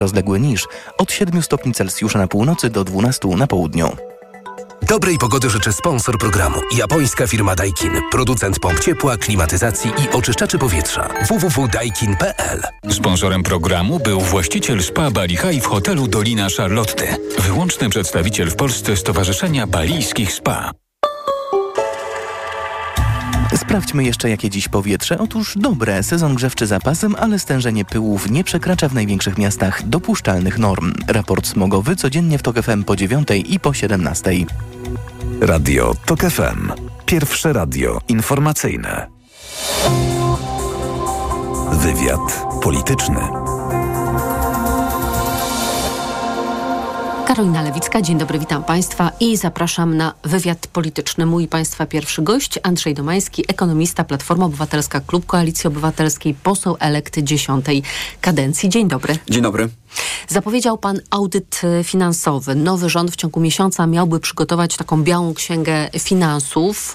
rozległy niż od 7 stopni Celsjusza na północy do 12 na południu. Dobrej pogody życzy sponsor programu. Japońska firma Daikin. Producent pomp ciepła, klimatyzacji i oczyszczaczy powietrza. www.daikin.pl. Sponsorem programu był właściciel spa Bali High w hotelu Dolina Charlotte. Wyłączny przedstawiciel w Polsce Stowarzyszenia Balijskich Spa. Sprawdźmy jeszcze, jakie dziś powietrze. Otóż dobre, sezon grzewczy za pasem, ale stężenie pyłów nie przekracza w największych miastach dopuszczalnych norm. Raport smogowy codziennie w TOK FM po 9 i po 17. Radio TOK FM. Pierwsze radio informacyjne. Wywiad polityczny. Karolina Lewicka, dzień dobry, witam Państwa i zapraszam na wywiad polityczny. Mój Państwa pierwszy gość, Andrzej Domański, ekonomista, Platforma Obywatelska, Klub Koalicji Obywatelskiej, poseł elekt 10. kadencji. Dzień dobry. Dzień dobry. Zapowiedział Pan audyt finansowy. Nowy rząd w ciągu miesiąca miałby przygotować taką białą księgę finansów.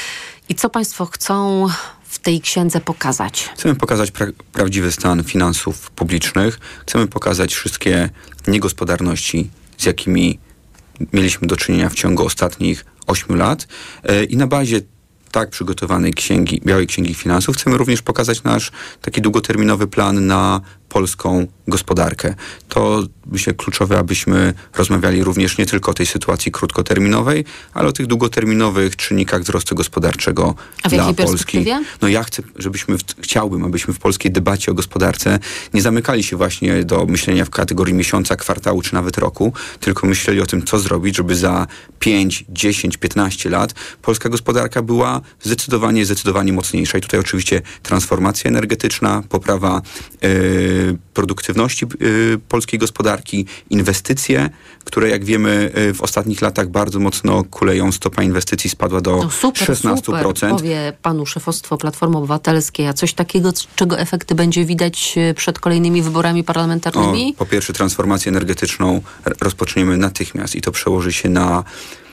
I co Państwo chcą w tej księdze pokazać? Chcemy pokazać prawdziwy stan finansów publicznych. Chcemy pokazać wszystkie niegospodarności, z jakimi mieliśmy do czynienia w ciągu ostatnich 8 lat. I na bazie tak przygotowanej białej księgi finansów chcemy również pokazać nasz taki długoterminowy plan na polską gospodarkę. To myślę kluczowe, abyśmy rozmawiali również nie tylko o tej sytuacji krótkoterminowej, ale o tych długoterminowych czynnikach wzrostu gospodarczego dla Polski. No ja chciałbym, abyśmy w polskiej debacie o gospodarce nie zamykali się właśnie do myślenia w kategorii miesiąca, kwartału czy nawet roku, tylko myśleli o tym, co zrobić, żeby za 5, 10, 15 lat polska gospodarka była zdecydowanie mocniejsza. I tutaj oczywiście transformacja energetyczna, poprawa produktywności polskiej gospodarki, inwestycje, które jak wiemy w ostatnich latach bardzo mocno kuleją. Stopa inwestycji spadła do 16%. Super, powie panu szefostwo Platformy Obywatelskiej, a coś takiego, czego efekty będzie widać przed kolejnymi wyborami parlamentarnymi? Po pierwsze, transformację energetyczną rozpoczniemy natychmiast i to przełoży się na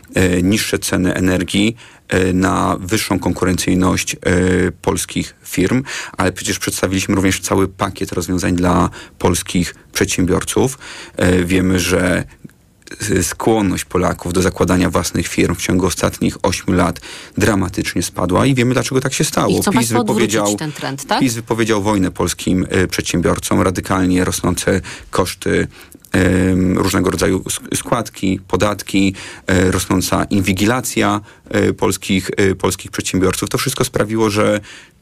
niższe ceny energii, na wyższą konkurencyjność polskich firm, ale przecież przedstawiliśmy również cały pakiet rozwiązań dla polskich przedsiębiorców. Wiemy, że skłonność Polaków do zakładania własnych firm w ciągu ostatnich 8 lat dramatycznie spadła i wiemy, dlaczego tak się stało. I co państwo odwrócić ten trend, tak? PiS wypowiedział wojnę polskim przedsiębiorcom, radykalnie rosnące koszty różnego rodzaju składki, podatki, rosnąca inwigilacja polskich przedsiębiorców. To wszystko sprawiło, że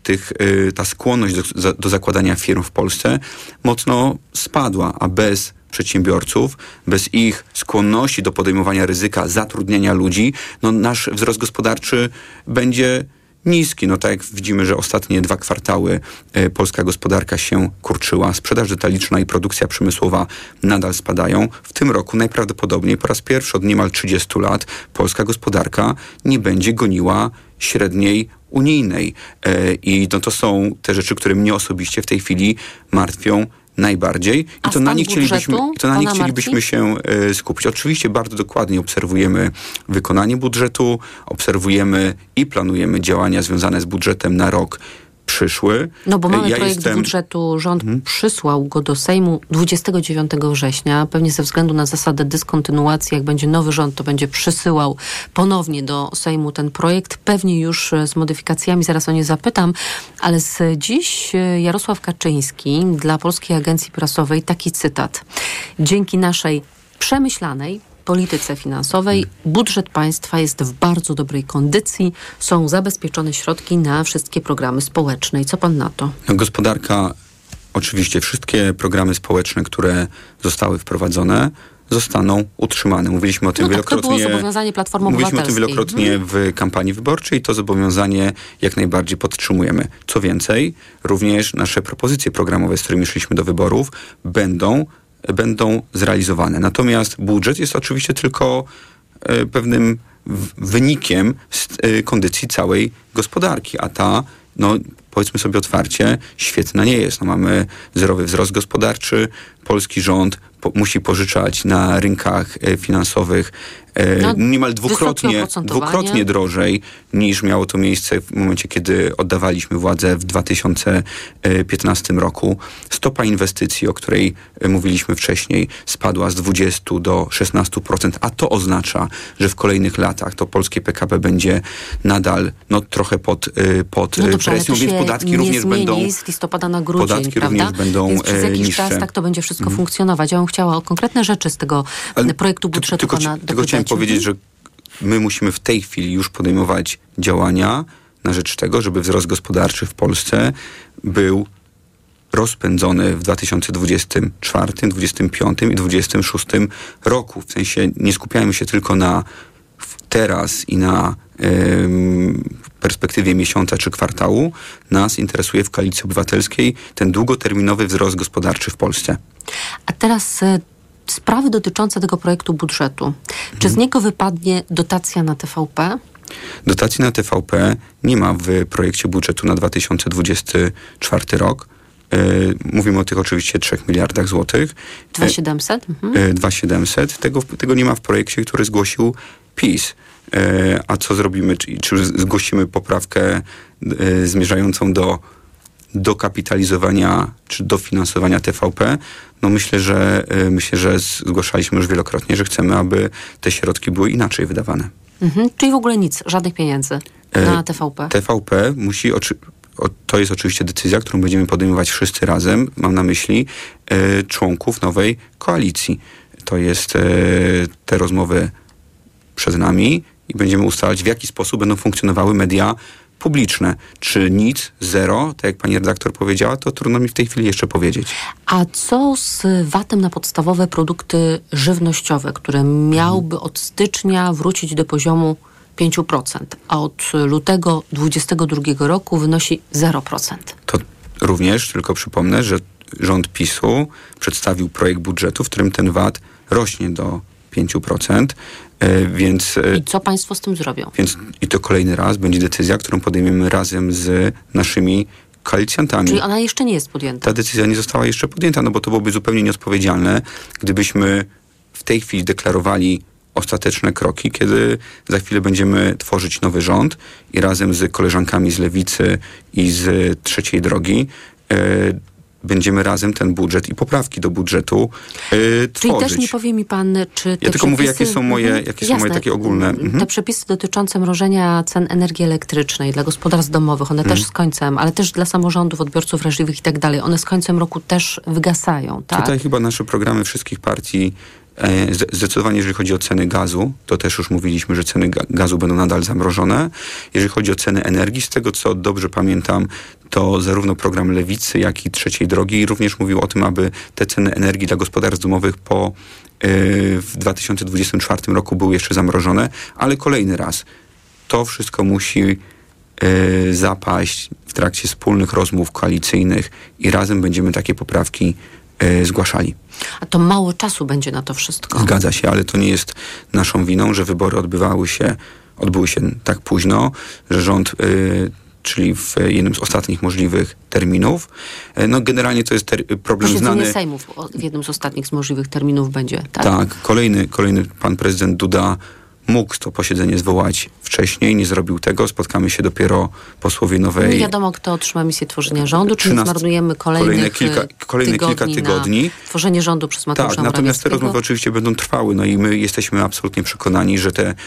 ta skłonność do zakładania firm w Polsce mocno spadła, a bez przedsiębiorców, bez ich skłonności do podejmowania ryzyka, zatrudniania ludzi, nasz wzrost gospodarczy będzie niski. Tak jak widzimy, że ostatnie 2 kwartały polska gospodarka się kurczyła. Sprzedaż detaliczna i produkcja przemysłowa nadal spadają. W tym roku najprawdopodobniej po raz pierwszy od niemal 30 lat polska gospodarka nie będzie goniła średniej unijnej. I to są te rzeczy, które mnie osobiście w tej chwili martwią najbardziej. I to na nich chcielibyśmy się skupić. Oczywiście bardzo dokładnie obserwujemy wykonanie budżetu, obserwujemy i planujemy działania związane z budżetem na rok przyszły. Bo mamy projekt budżetu, rząd przysłał go do Sejmu 29 września. Pewnie ze względu na zasadę dyskontynuacji, jak będzie nowy rząd, to będzie przysyłał ponownie do Sejmu ten projekt. Pewnie już z modyfikacjami, zaraz o nie zapytam, ale dziś Jarosław Kaczyński dla Polskiej Agencji Prasowej taki cytat. Dzięki naszej przemyślanej polityce finansowej budżet państwa jest w bardzo dobrej kondycji. Są zabezpieczone środki na wszystkie programy społeczne. I co pan na to? Gospodarka, oczywiście wszystkie programy społeczne, które zostały wprowadzone, zostaną utrzymane. Mówiliśmy o tym wielokrotnie. To było zobowiązanie Platformy Obywatelskiej. Mówiliśmy o tym wielokrotnie w kampanii wyborczej i to zobowiązanie jak najbardziej podtrzymujemy. Co więcej, również nasze propozycje programowe, z którymi szliśmy do wyborów, będą zrealizowane. Natomiast budżet jest oczywiście tylko pewnym wynikiem kondycji całej gospodarki, a ta powiedzmy sobie otwarcie, świetna nie jest. No, mamy zerowy wzrost gospodarczy, polski rząd musi pożyczać na rynkach finansowych niemal dwukrotnie drożej niż miało to miejsce w momencie, kiedy oddawaliśmy władzę w 2015 roku. Stopa inwestycji, o której mówiliśmy wcześniej, spadła z 20 do 16%, a to oznacza, że w kolejnych latach to polskie PKB będzie nadal trochę pod presją, więc podatki również będą z listopada na grudzień, podatki prawda? również będą więc przez jakiś niższe. czas tak to będzie wszystko funkcjonować. Ja bym chciała o konkretne rzeczy z tego projektu budżetu pana dopytać. Tylko chciałem powiedzieć, że my musimy w tej chwili już podejmować działania na rzecz tego, żeby wzrost gospodarczy w Polsce był rozpędzony w 2024, 2025 i 2026 roku. W sensie nie skupiajmy się tylko na teraz i na perspektywie miesiąca czy kwartału. Nas interesuje w Koalicji Obywatelskiej ten długoterminowy wzrost gospodarczy w Polsce. A teraz sprawy dotyczące tego projektu budżetu. Czy z niego wypadnie dotacja na TVP? Dotacji na TVP nie ma w projekcie budżetu na 2024 rok. Mówimy o tych oczywiście 3 miliardach złotych. 2700? 2700. Tego nie ma w projekcie, który zgłosił PiS. A co zrobimy? Czy zgłosimy poprawkę zmierzającą do dokapitalizowania czy dofinansowania TVP? No myślę, że zgłaszaliśmy już wielokrotnie, że chcemy, aby te środki były inaczej wydawane. Czyli w ogóle nic, żadnych pieniędzy na TVP? TVP musi... To jest oczywiście decyzja, którą będziemy podejmować wszyscy razem. Mam na myśli członków nowej koalicji. To jest te rozmowy przed nami i będziemy ustalać, w jaki sposób będą funkcjonowały media publiczne. Czy nic, zero, tak jak pani redaktor powiedziała, to trudno mi w tej chwili jeszcze powiedzieć. A co z VAT-em na podstawowe produkty żywnościowe, które miałby od stycznia wrócić do poziomu 5%, a od lutego 2022 roku wynosi 0%? To również, tylko przypomnę, że rząd PiS-u przedstawił projekt budżetu, w którym ten VAT rośnie do 5%, więc... I co państwo z tym zrobią? I to kolejny raz będzie decyzja, którą podejmiemy razem z naszymi koalicjantami. Czyli ona jeszcze nie jest podjęta? Ta decyzja nie została jeszcze podjęta, bo to byłoby zupełnie nieodpowiedzialne, gdybyśmy w tej chwili deklarowali ostateczne kroki, kiedy za chwilę będziemy tworzyć nowy rząd i razem z koleżankami z Lewicy i z Trzeciej Drogi będziemy razem ten budżet i poprawki do budżetu tworzyć. Czyli też nie powie mi pan, czy te Ja tylko mówię, jakie są moje takie ogólne... Te przepisy dotyczące mrożenia cen energii elektrycznej dla gospodarstw domowych, one też z końcem, ale też dla samorządów, odbiorców wrażliwych i tak dalej, one z końcem roku też wygasają, tak? Tutaj chyba nasze programy wszystkich partii zdecydowanie, jeżeli chodzi o ceny gazu, to też już mówiliśmy, że ceny gazu będą nadal zamrożone. Jeżeli chodzi o ceny energii, z tego co dobrze pamiętam, to zarówno program Lewicy, jak i Trzeciej Drogi również mówił o tym, aby te ceny energii dla gospodarstw domowych w 2024 roku były jeszcze zamrożone, ale kolejny raz to wszystko musi zapaść w trakcie wspólnych rozmów koalicyjnych i razem będziemy takie poprawki zgłaszali. A to mało czasu będzie na to wszystko. Zgadza się, ale to nie jest naszą winą, że wybory odbyły się tak późno, że rząd, czyli w jednym z ostatnich możliwych terminów, generalnie to jest problem znany. Posiedzenie Sejmu w jednym z ostatnich możliwych terminów będzie, tak? Tak, kolejny pan prezydent Duda mógł to posiedzenie zwołać wcześniej, nie zrobił tego. Spotkamy się dopiero posłowie nowej... Nie wiadomo, kto otrzyma misję tworzenia rządu, czy zmarnujemy kolejne kilka tygodni na tworzenie rządu przez Mateusza Morawieckiego. Natomiast te rozmowy oczywiście będą trwały. I my jesteśmy absolutnie przekonani, że te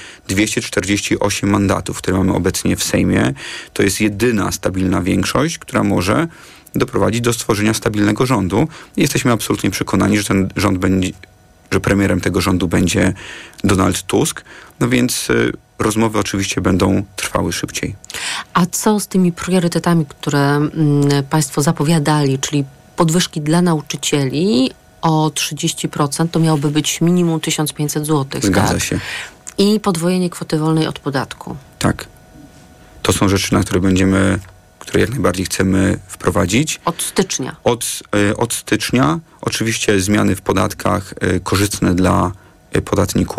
248 mandatów, które mamy obecnie w Sejmie, to jest jedyna stabilna większość, która może doprowadzić do stworzenia stabilnego rządu. I jesteśmy absolutnie przekonani, że ten rząd będzie... że premierem tego rządu będzie Donald Tusk, więc rozmowy oczywiście będą trwały szybciej. A co z tymi priorytetami, które państwo zapowiadali, czyli podwyżki dla nauczycieli o 30%, to miałoby być minimum 1500 zł. Zgadza się. I podwojenie kwoty wolnej od podatku. Tak. To są rzeczy, które jak najbardziej chcemy wprowadzić. Od stycznia. Od stycznia. Oczywiście zmiany w podatkach korzystne dla podatników.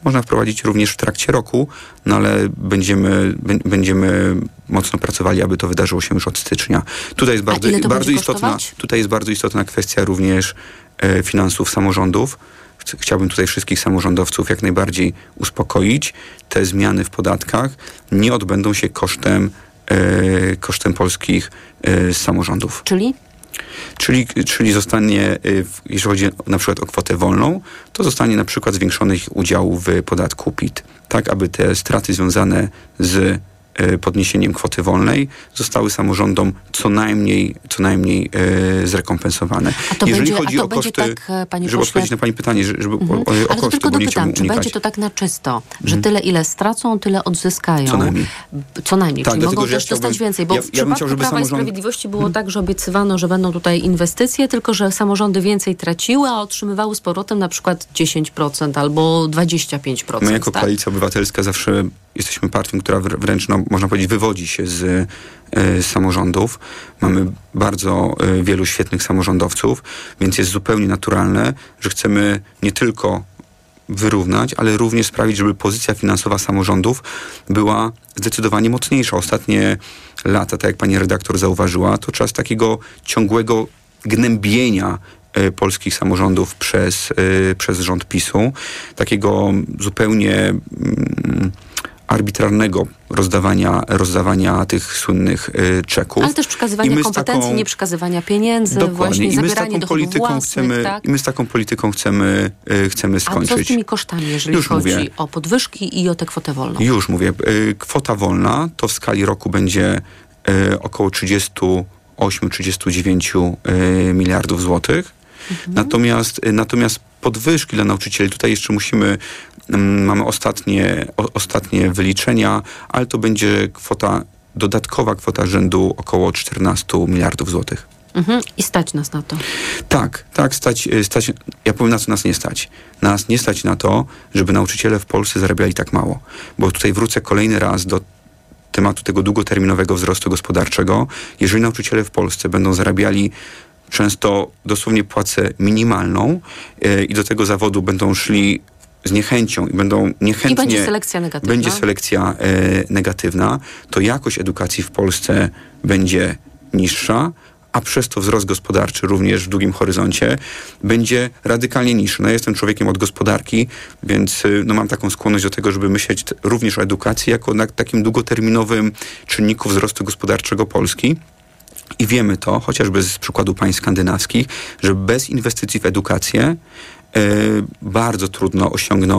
można wprowadzić również w trakcie roku, no ale będziemy mocno pracowali, aby to wydarzyło się już od stycznia. Tutaj jest bardzo istotna kwestia również finansów samorządów. Chciałbym tutaj wszystkich samorządowców jak najbardziej uspokoić. Te zmiany w podatkach nie odbędą się kosztem polskich samorządów. Czyli zostanie, jeśli chodzi na przykład o kwotę wolną, to zostanie na przykład zwiększony ich udział w podatku PIT. Tak, aby te straty związane z podniesieniem kwoty wolnej zostały samorządom co najmniej zrekompensowane. Jeżeli chodzi o koszty, tak, żeby odpowiedzieć na pani pytanie, żeby o koszty, tylko dopytam, czy będzie to tak na czysto, że tyle ile stracą, tyle odzyskają? Co najmniej. Tak, czyli mogą też dostać więcej, bo w przypadku Prawa i Sprawiedliwości było tak, że obiecywano, że będą tutaj inwestycje, tylko że samorządy więcej traciły, a otrzymywały z powrotem na przykład 10% albo 25%. My jako Koalicja Obywatelska zawsze jesteśmy partią, która wręcz, można powiedzieć, wywodzi się z samorządów. Mamy bardzo wielu świetnych samorządowców, więc jest zupełnie naturalne, że chcemy nie tylko wyrównać, ale również sprawić, żeby pozycja finansowa samorządów była zdecydowanie mocniejsza. Ostatnie lata, tak jak pani redaktor zauważyła, to czas takiego ciągłego gnębienia polskich samorządów przez rząd PiS-u, takiego zupełnie arbitralnego rozdawania tych słynnych czeków. Ale też przekazywania kompetencji, nie przekazywania pieniędzy, właśnie zabieranie dochodów własnych. Tak? I my z taką polityką chcemy skończyć. A co z tymi kosztami, jeżeli chodzi o podwyżki i o tę kwotę wolną? Już mówię. Kwota wolna to w skali roku będzie około 38-39 miliardów złotych. Natomiast podwyżki dla nauczycieli, tutaj jeszcze mamy ostatnie wyliczenia, ale to będzie dodatkowa kwota rzędu około 14 miliardów złotych. I stać nas na to. Tak, stać. Ja powiem, na co nas nie stać. Nas nie stać na to, żeby nauczyciele w Polsce zarabiali tak mało. Bo tutaj wrócę kolejny raz do tematu tego długoterminowego wzrostu gospodarczego. Jeżeli nauczyciele w Polsce będą zarabiali często dosłownie płacę minimalną i do tego zawodu będą szli z niechęcią i będą niechętnie... I będzie selekcja negatywna. Będzie selekcja negatywna, to jakość edukacji w Polsce będzie niższa, a przez to wzrost gospodarczy również w długim horyzoncie będzie radykalnie niższy. Ja jestem człowiekiem od gospodarki, więc mam taką skłonność do tego, żeby myśleć również o edukacji jako na takim długoterminowym czynniku wzrostu gospodarczego Polski. I wiemy to, chociażby z przykładu państw skandynawskich, że bez inwestycji w edukację bardzo trudno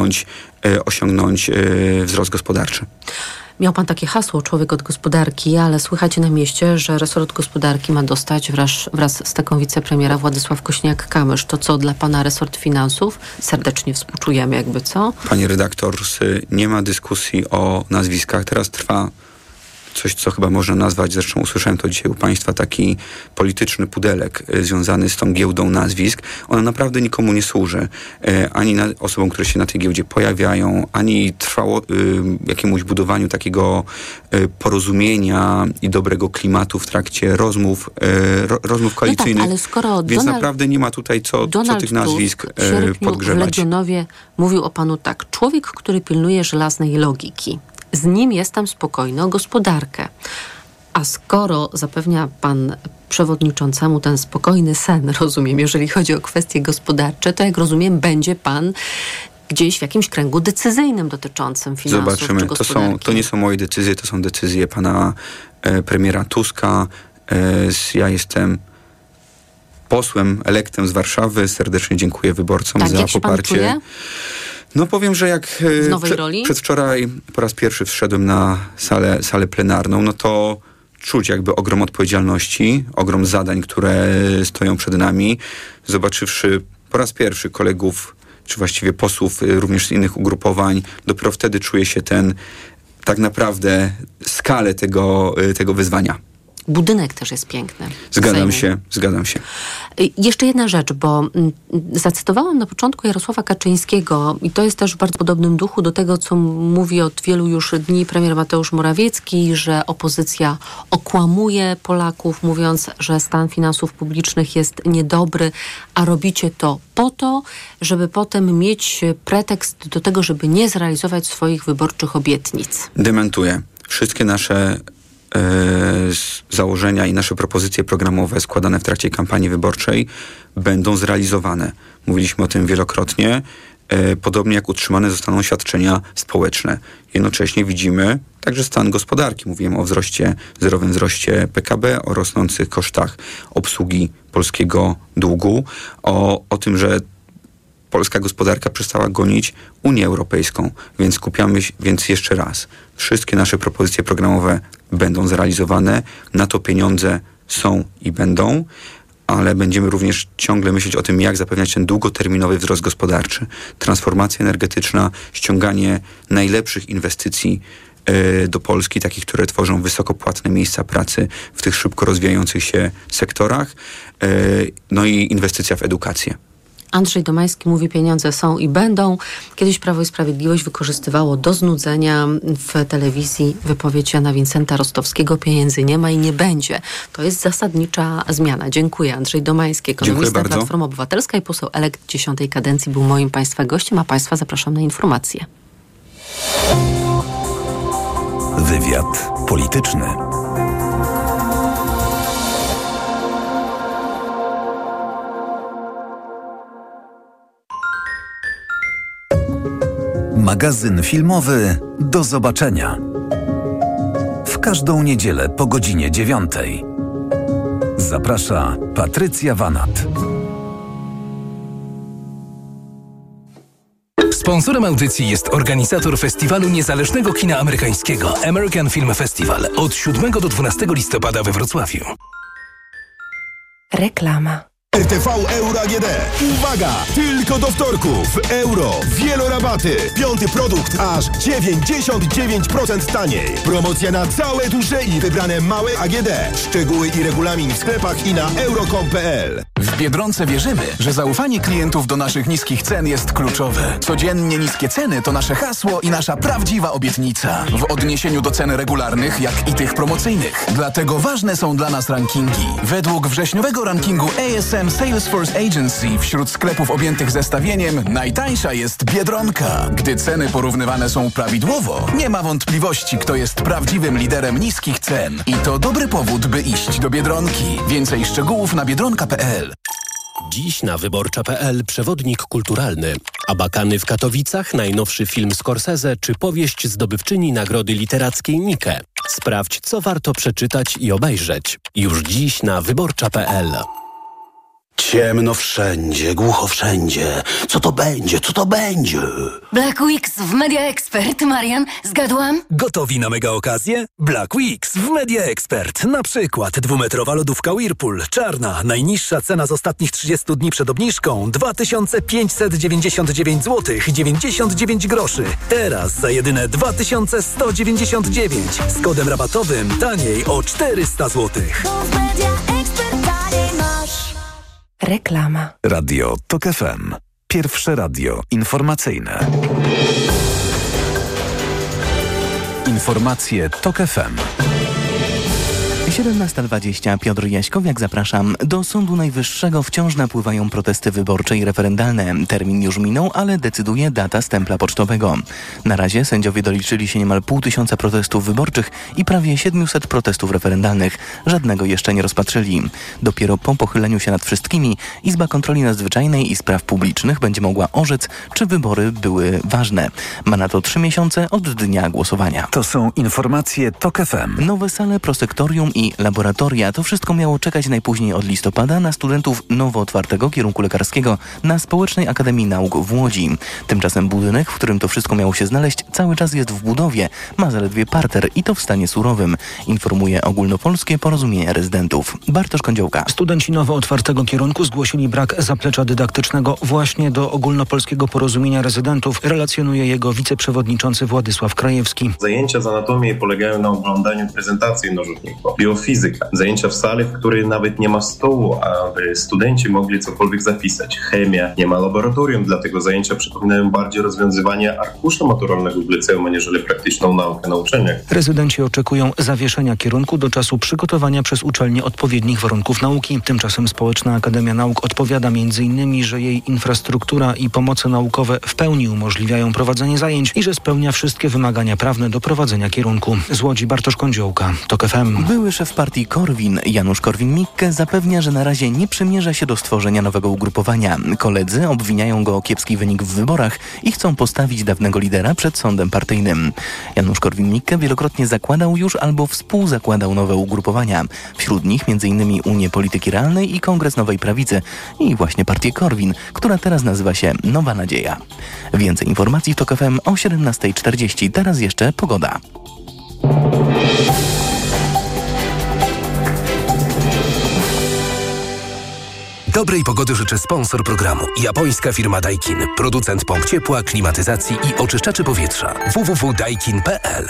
osiągnąć wzrost gospodarczy. Miał pan takie hasło, człowiek od gospodarki, ale słychać na mieście, że resort gospodarki ma dostać wraz z taką wicepremiera Władysław Kosiniak-Kamysz. To co dla pana resort finansów? Serdecznie współczujemy jakby, co? Panie redaktor, nie ma dyskusji o nazwiskach. Teraz trwa coś, co chyba można nazwać, zresztą usłyszałem to dzisiaj u państwa, taki polityczny pudelek związany z tą giełdą nazwisk. Ona naprawdę nikomu nie służy. Ani osobom, które się na tej giełdzie pojawiają, ani trwało jakiemuś budowaniu takiego porozumienia i dobrego klimatu w trakcie rozmów koalicyjnych. No tak, ale skoro więc naprawdę nie ma tutaj co tych nazwisk podgrzewać. W Legionowie mówił o panu tak. Człowiek, który pilnuje żelaznej logiki. Z nim jestem spokojny o gospodarkę. A skoro zapewnia pan przewodniczącemu ten spokojny sen, rozumiem, jeżeli chodzi o kwestie gospodarcze, to jak rozumiem, będzie pan gdzieś w jakimś kręgu decyzyjnym dotyczącym finansów. Zobaczymy. Czy gospodarki. To nie są moje decyzje, to są decyzje pana premiera Tuska. Ja jestem posłem elektem z Warszawy. Serdecznie dziękuję wyborcom za poparcie. No powiem, że jak przedwczoraj po raz pierwszy wszedłem na salę plenarną, no to czuć jakby ogrom odpowiedzialności, ogrom zadań, które stoją przed nami. Zobaczywszy po raz pierwszy kolegów, czy właściwie posłów również z innych ugrupowań, dopiero wtedy czuje się tak naprawdę skalę tego wyzwania. Budynek też jest piękny. Zgadzam się. Jeszcze jedna rzecz, bo zacytowałam na początku Jarosława Kaczyńskiego i to jest też w bardzo podobnym duchu do tego, co mówi od wielu już dni premier Mateusz Morawiecki, że opozycja okłamuje Polaków, mówiąc, że stan finansów publicznych jest niedobry, a robicie to po to, żeby potem mieć pretekst do tego, żeby nie zrealizować swoich wyborczych obietnic. Dementuję. Wszystkie nasze założenia i nasze propozycje programowe składane w trakcie kampanii wyborczej będą zrealizowane. Mówiliśmy o tym wielokrotnie, podobnie jak utrzymane zostaną świadczenia społeczne. Jednocześnie widzimy także stan gospodarki. Mówiłem o zerowym wzroście PKB, o rosnących kosztach obsługi polskiego długu, o tym, że polska gospodarka przestała gonić Unię Europejską, więc jeszcze raz, wszystkie nasze propozycje programowe będą zrealizowane, na to pieniądze są i będą, ale będziemy również ciągle myśleć o tym, jak zapewniać ten długoterminowy wzrost gospodarczy. Transformacja energetyczna, ściąganie najlepszych inwestycji do Polski, takich, które tworzą wysokopłatne miejsca pracy w tych szybko rozwijających się sektorach, no i inwestycja w edukację. Andrzej Domański mówi, pieniądze są i będą. Kiedyś Prawo i Sprawiedliwość wykorzystywało do znudzenia w telewizji wypowiedź Jana Wincenta Rostowskiego. Pieniędzy nie ma i nie będzie. To jest zasadnicza zmiana. Dziękuję. Andrzej Domański, ekonomista Platforma Obywatelska i poseł elekt 10. kadencji, był moim Państwa gościem, a Państwa zapraszam na informacje. Wywiad polityczny. Magazyn filmowy Do zobaczenia. W każdą niedzielę po godzinie 9:00. Zaprasza Patrycja Wanat. Sponsorem audycji jest organizator Festiwalu Niezależnego Kina Amerykańskiego American Film Festival od 7 do 12 listopada we Wrocławiu. Reklama. RTV Euro AGD. Uwaga! Tylko do wtorku w euro. Wielorabaty. 5. produkt aż 99% taniej. Promocja na całe duże i wybrane małe AGD. Szczegóły i regulamin w sklepach i na euro.com.pl. W Biedronce wierzymy, że zaufanie klientów do naszych niskich cen jest kluczowe. Codziennie niskie ceny to nasze hasło i nasza prawdziwa obietnica. W odniesieniu do cen regularnych, jak i tych promocyjnych. Dlatego ważne są dla nas rankingi. Według wrześniowego rankingu ASM Salesforce Agency wśród sklepów objętych zestawieniem najtańsza jest Biedronka. Gdy ceny porównywane są prawidłowo, nie ma wątpliwości, kto jest prawdziwym liderem niskich cen. I to dobry powód, by iść do Biedronki. Więcej szczegółów na biedronka.pl. Dziś na wyborcza.pl przewodnik kulturalny. Abakany w Katowicach, najnowszy film Scorsese czy powieść zdobywczyni Nagrody Literackiej Nike. Sprawdź, co warto przeczytać i obejrzeć. Już dziś na wyborcza.pl. Ciemno wszędzie, głucho wszędzie. Co to będzie? Co to będzie? Black Weeks w Media Expert. Marian, zgadłam? Gotowi na mega okazję? Black Weeks w Media Expert. Na przykład 2-metrowa lodówka Whirlpool. Czarna. Najniższa cena z ostatnich 30 dni przed obniżką 2599 zł 99 groszy. Teraz za jedyne 2199. Z kodem rabatowym taniej o 400 zł. Reklama. Radio TOK FM. Pierwsze radio informacyjne. Informacje TOK FM. 17:20. Piotr Jaśkowiak, zapraszam. Do Sądu Najwyższego wciąż napływają protesty wyborcze i referendalne. Termin już minął, ale decyduje data stempla pocztowego. Na razie sędziowie doliczyli się niemal 500 protestów wyborczych i prawie 700 protestów referendalnych. Żadnego jeszcze nie rozpatrzyli. Dopiero po pochyleniu się nad wszystkimi Izba Kontroli Nadzwyczajnej i Spraw Publicznych będzie mogła orzec, czy wybory były ważne. Ma na to 3 miesiące od dnia głosowania. To są informacje TOK FM. Nowe sale, prosektorium i laboratoria. To wszystko miało czekać najpóźniej od listopada na studentów nowo otwartego kierunku lekarskiego na Społecznej Akademii Nauk w Łodzi. Tymczasem budynek, w którym to wszystko miało się znaleźć, cały czas jest w budowie. Ma zaledwie parter i to w stanie surowym. Informuje Ogólnopolskie Porozumienie Rezydentów. Bartosz Kądziołka. Studenci nowo otwartego kierunku zgłosili brak zaplecza dydaktycznego właśnie do Ogólnopolskiego Porozumienia Rezydentów. Relacjonuje jego wiceprzewodniczący Władysław Krajewski. Zajęcia z anatomii polegają na oglądaniu prezentacji mnożników. studium fizyka. Zajęcia w sali, w której nawet nie ma stołu, aby studenci mogli cokolwiek zapisać. Chemia, nie ma laboratorium, dlatego zajęcia przypominają bardziej rozwiązywanie arkusza maturalnego w liceum, aniżeli praktyczną naukę na uczelniach. Rezydenci oczekują zawieszenia kierunku do czasu przygotowania przez uczelnię odpowiednich warunków nauki. Tymczasem Społeczna Akademia Nauk odpowiada m.in., że jej infrastruktura i pomoce naukowe w pełni umożliwiają prowadzenie zajęć i że spełnia wszystkie wymagania prawne do prowadzenia kierunku. Z Łodzi Bartosz Kądziołka, TOK FM. Były szef partii Korwin, Janusz Korwin-Mikke, zapewnia, że na razie nie przymierza się do stworzenia nowego ugrupowania. Koledzy obwiniają go o kiepski wynik w wyborach i chcą postawić dawnego lidera przed sądem partyjnym. Janusz Korwin-Mikke wielokrotnie zakładał już albo współzakładał nowe ugrupowania. Wśród nich m.in. Unię Polityki Realnej i Kongres Nowej Prawicy i właśnie partię Korwin, która teraz nazywa się Nowa Nadzieja. Więcej informacji w TOK FM o 17:40. Teraz jeszcze pogoda. Dobrej pogody życzy sponsor programu. Japońska firma Daikin. Producent pomp ciepła, klimatyzacji i oczyszczaczy powietrza. www.daikin.pl.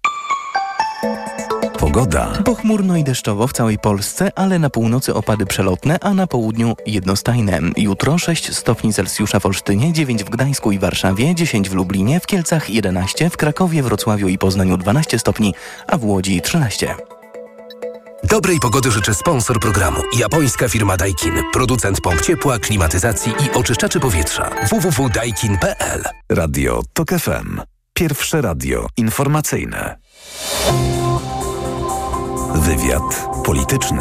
Pogoda. Pochmurno i deszczowo w całej Polsce, ale na północy opady przelotne, a na południu jednostajne. Jutro 6 stopni Celsjusza w Olsztynie, 9 w Gdańsku i Warszawie, 10 w Lublinie, w Kielcach 11, w Krakowie, Wrocławiu i Poznaniu 12 stopni, a w Łodzi 13. Dobrej pogody życzy sponsor programu. Japońska firma Daikin. Producent pomp ciepła, klimatyzacji i oczyszczaczy powietrza. www.daikin.pl. Radio TOK FM. Pierwsze radio informacyjne. Wywiad polityczny.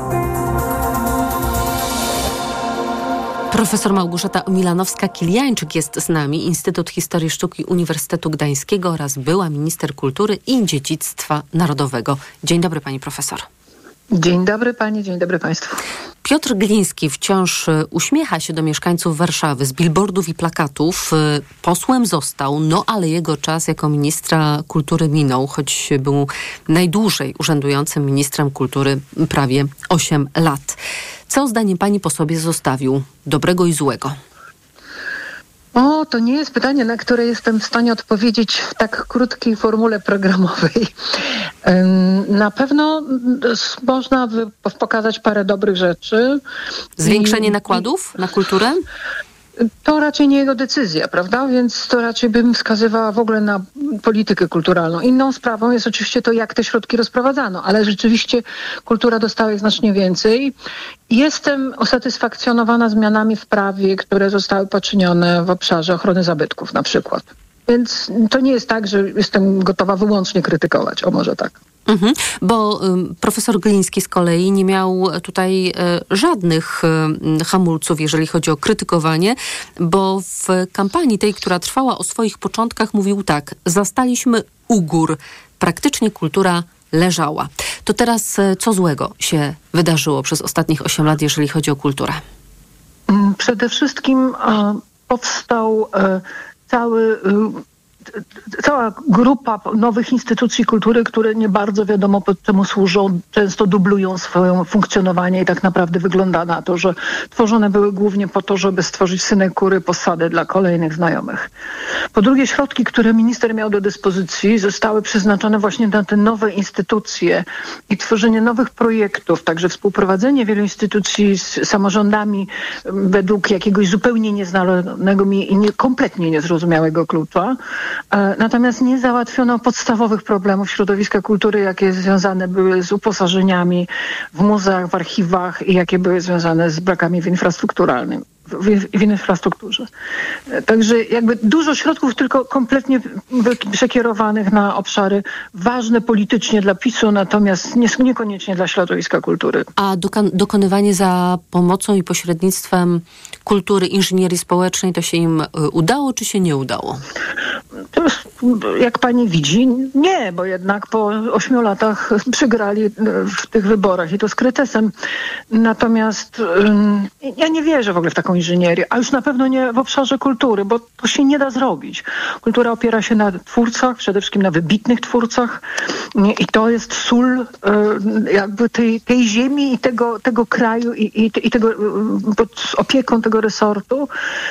Profesor Małgorzata Milanowska-Kiliańczyk jest z nami, Instytut Historii Sztuki Uniwersytetu Gdańskiego oraz była minister kultury i dziedzictwa narodowego. Dzień dobry, pani profesor. Dzień dobry pani, dzień dobry państwu. Piotr Gliński wciąż uśmiecha się do mieszkańców Warszawy z billboardów i plakatów. Posłem został, no ale jego czas jako ministra kultury minął, choć był najdłużej urzędującym ministrem kultury prawie 8 lat. Co zdaniem pani po sobie zostawił dobrego i złego? To nie jest pytanie, na które jestem w stanie odpowiedzieć w tak krótkiej formule programowej. Na pewno można pokazać parę dobrych rzeczy. Zwiększenie nakładów na kulturę? To raczej nie jego decyzja, prawda? Więc to raczej bym wskazywała w ogóle na politykę kulturalną. Inną sprawą jest oczywiście to, jak te środki rozprowadzano, ale rzeczywiście kultura dostała ich znacznie więcej. Jestem usatysfakcjonowana zmianami w prawie, które zostały poczynione w obszarze ochrony zabytków na przykład. Więc to nie jest tak, że jestem gotowa wyłącznie krytykować, o może tak. Bo profesor Gliński z kolei nie miał tutaj żadnych hamulców, jeżeli chodzi o krytykowanie, bo w kampanii tej, która trwała o swoich początkach, mówił tak: zastaliśmy ugór, praktycznie kultura leżała. To teraz co złego się wydarzyło przez ostatnich 8 lat, jeżeli chodzi o kulturę? Przede wszystkim powstał cała grupa nowych instytucji kultury, które nie bardzo wiadomo pod czemu służą, często dublują swoje funkcjonowanie i tak naprawdę wygląda na to, że tworzone były głównie po to, żeby stworzyć synekury, posady dla kolejnych znajomych. Po drugie, środki, które minister miał do dyspozycji, zostały przeznaczone właśnie na te nowe instytucje i tworzenie nowych projektów, także współprowadzenie wielu instytucji z samorządami według jakiegoś zupełnie nieznanego mi i kompletnie niezrozumiałego klucza. Natomiast nie załatwiono podstawowych problemów środowiska kultury, jakie związane były z uposażeniami w muzeach, w archiwach i jakie były związane z brakami w infrastrukturze. Także jakby dużo środków tylko kompletnie przekierowanych na obszary ważne politycznie dla PiS-u, natomiast niekoniecznie dla środowiska kultury. A dokonywanie za pomocą i pośrednictwem kultury, inżynierii społecznej, to się im udało, czy się nie udało? To jest, jak pani widzi, nie, bo jednak po 8 latach przegrali w tych wyborach i to z kretesem. Natomiast ja nie wierzę w ogóle w taką inżynierię, a już na pewno nie w obszarze kultury, bo to się nie da zrobić. Kultura opiera się na twórcach, przede wszystkim na wybitnych twórcach i to jest sól jakby tej ziemi i tego kraju i tego pod opieką tego resortu.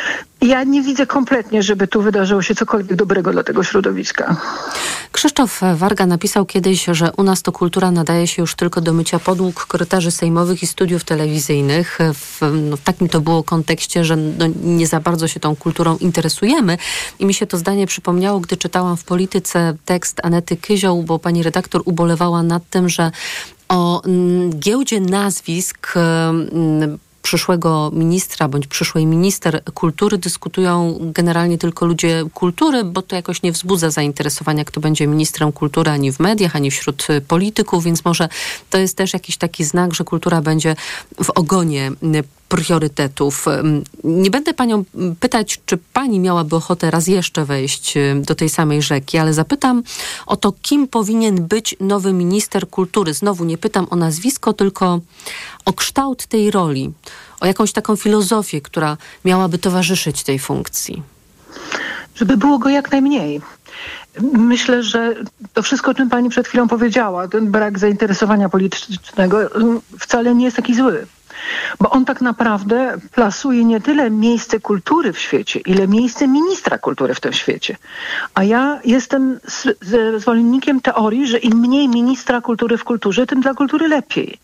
Ja nie widzę kompletnie, żeby tu wydarzyło się cokolwiek dobrego dla tego środowiska. Krzysztof Warga napisał kiedyś, że u nas to kultura nadaje się już tylko do mycia podłóg, korytarzy sejmowych i studiów telewizyjnych. W takim to było kontekście, że nie za bardzo się tą kulturą interesujemy. I mi się to zdanie przypomniało, gdy czytałam w Polityce tekst Anety Kyzioł, bo pani redaktor ubolewała nad tym, że o giełdzie nazwisk przyszłego ministra bądź przyszłej minister kultury dyskutują generalnie tylko ludzie kultury, bo to jakoś nie wzbudza zainteresowania, kto będzie ministrem kultury ani w mediach, ani wśród polityków, więc może to jest też jakiś taki znak, że kultura będzie w ogonie priorytetów. Nie będę panią pytać, czy pani miałaby ochotę raz jeszcze wejść do tej samej rzeki, ale zapytam o to, kim powinien być nowy minister kultury. Znowu nie pytam o nazwisko, tylko o kształt tej roli, o jakąś taką filozofię, która miałaby towarzyszyć tej funkcji. Żeby było go jak najmniej. Myślę, że to wszystko, o czym pani przed chwilą powiedziała, ten brak zainteresowania politycznego wcale nie jest taki zły. Bo on tak naprawdę plasuje nie tyle miejsce kultury w świecie, ile miejsce ministra kultury w tym świecie. A ja jestem zwolennikiem teorii, że im mniej ministra kultury w kulturze, tym dla kultury lepiej.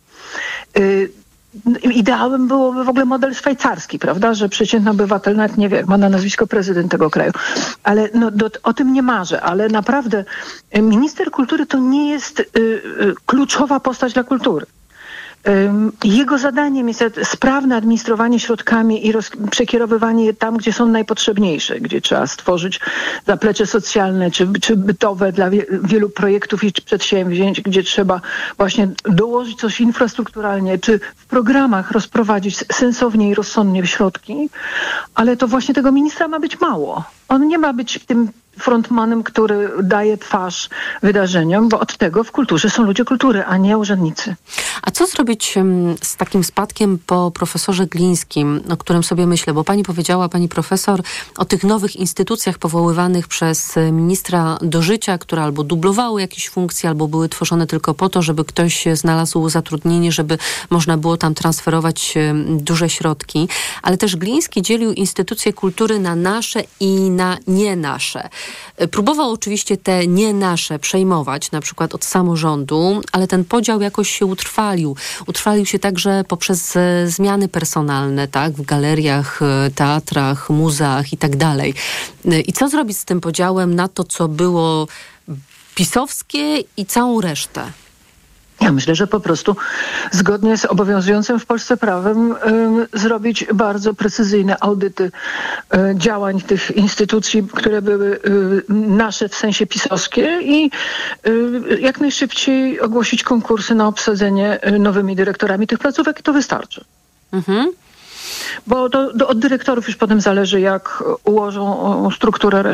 Ideałem byłoby w ogóle model szwajcarski, prawda, że przeciętny obywatel, nawet nie wie, jak ma na nazwisko prezydent tego kraju. Ale o tym nie marzę, ale naprawdę minister kultury to nie jest kluczowa postać dla kultury. Jego zadaniem jest sprawne administrowanie środkami i przekierowywanie je tam, gdzie są najpotrzebniejsze, gdzie trzeba stworzyć zaplecze socjalne czy bytowe dla wielu projektów i przedsięwzięć, gdzie trzeba właśnie dołożyć coś infrastrukturalnie, czy w programach rozprowadzić sensownie i rozsądnie środki, ale to właśnie tego ministra ma być mało. On nie ma być tym frontmanem, który daje twarz wydarzeniom, bo od tego w kulturze są ludzie kultury, a nie urzędnicy. A co zrobić z takim spadkiem po profesorze Glińskim, o którym sobie myślę? Bo pani powiedziała, pani profesor, o tych nowych instytucjach powoływanych przez ministra do życia, które albo dublowały jakieś funkcje, albo były tworzone tylko po to, żeby ktoś znalazł zatrudnienie, żeby można było tam transferować duże środki. Ale też Gliński dzielił instytucje kultury na nasze i na nie nasze. Próbował oczywiście te nie nasze przejmować, na przykład od samorządu, ale ten podział jakoś się utrwalił. Utrwalił się także poprzez zmiany personalne, tak, w galeriach, teatrach, muzeach i tak dalej. I co zrobić z tym podziałem na to, co było pisowskie i całą resztę? Ja myślę, że po prostu zgodnie z obowiązującym w Polsce prawem zrobić bardzo precyzyjne audyty działań tych instytucji, które były nasze w sensie pisowskie i jak najszybciej ogłosić konkursy na obsadzenie nowymi dyrektorami tych placówek i to wystarczy. Mhm. Bo od dyrektorów już potem zależy, jak ułożą strukturę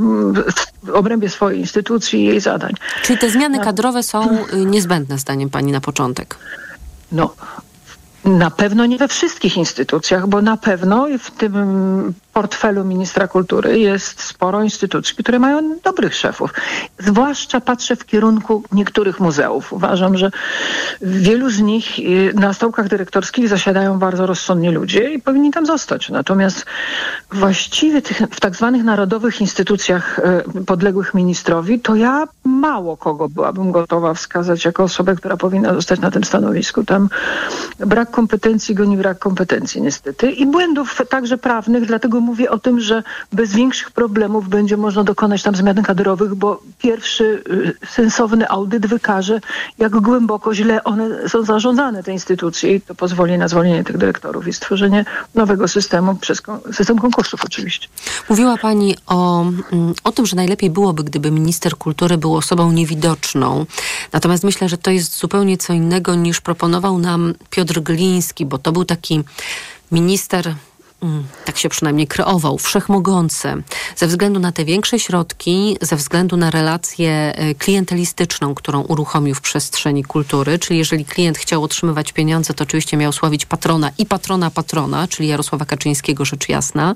w obrębie swojej instytucji i jej zadań. Czyli te zmiany kadrowe są niezbędne, zdaniem pani, na początek? No, na pewno nie we wszystkich instytucjach, bo na pewno w tym portfelu ministra kultury jest sporo instytucji, które mają dobrych szefów. Zwłaszcza patrzę w kierunku niektórych muzeów. Uważam, że wielu z nich na stołkach dyrektorskich zasiadają bardzo rozsądni ludzie i powinni tam zostać. Natomiast właściwie w tak zwanych narodowych instytucjach podległych ministrowi, to ja mało kogo byłabym gotowa wskazać jako osobę, która powinna zostać na tym stanowisku. Tam brak kompetencji goni brak kompetencji niestety i błędów także prawnych, dlatego mówię o tym, że bez większych problemów będzie można dokonać tam zmian kadrowych, bo pierwszy sensowny audyt wykaże, jak głęboko źle one są zarządzane, te instytucje, i to pozwoli na zwolnienie tych dyrektorów i stworzenie nowego systemu przez system konkursów oczywiście. Mówiła pani o tym, że najlepiej byłoby, gdyby minister kultury był osobą niewidoczną. Natomiast myślę, że to jest zupełnie co innego niż proponował nam Piotr Gliński, bo to był taki minister, tak się przynajmniej kreował, wszechmogący. Ze względu na te większe środki, ze względu na relację klientelistyczną, którą uruchomił w przestrzeni kultury, czyli jeżeli klient chciał otrzymywać pieniądze, to oczywiście miał sławić patrona i patrona, czyli Jarosława Kaczyńskiego, rzecz jasna.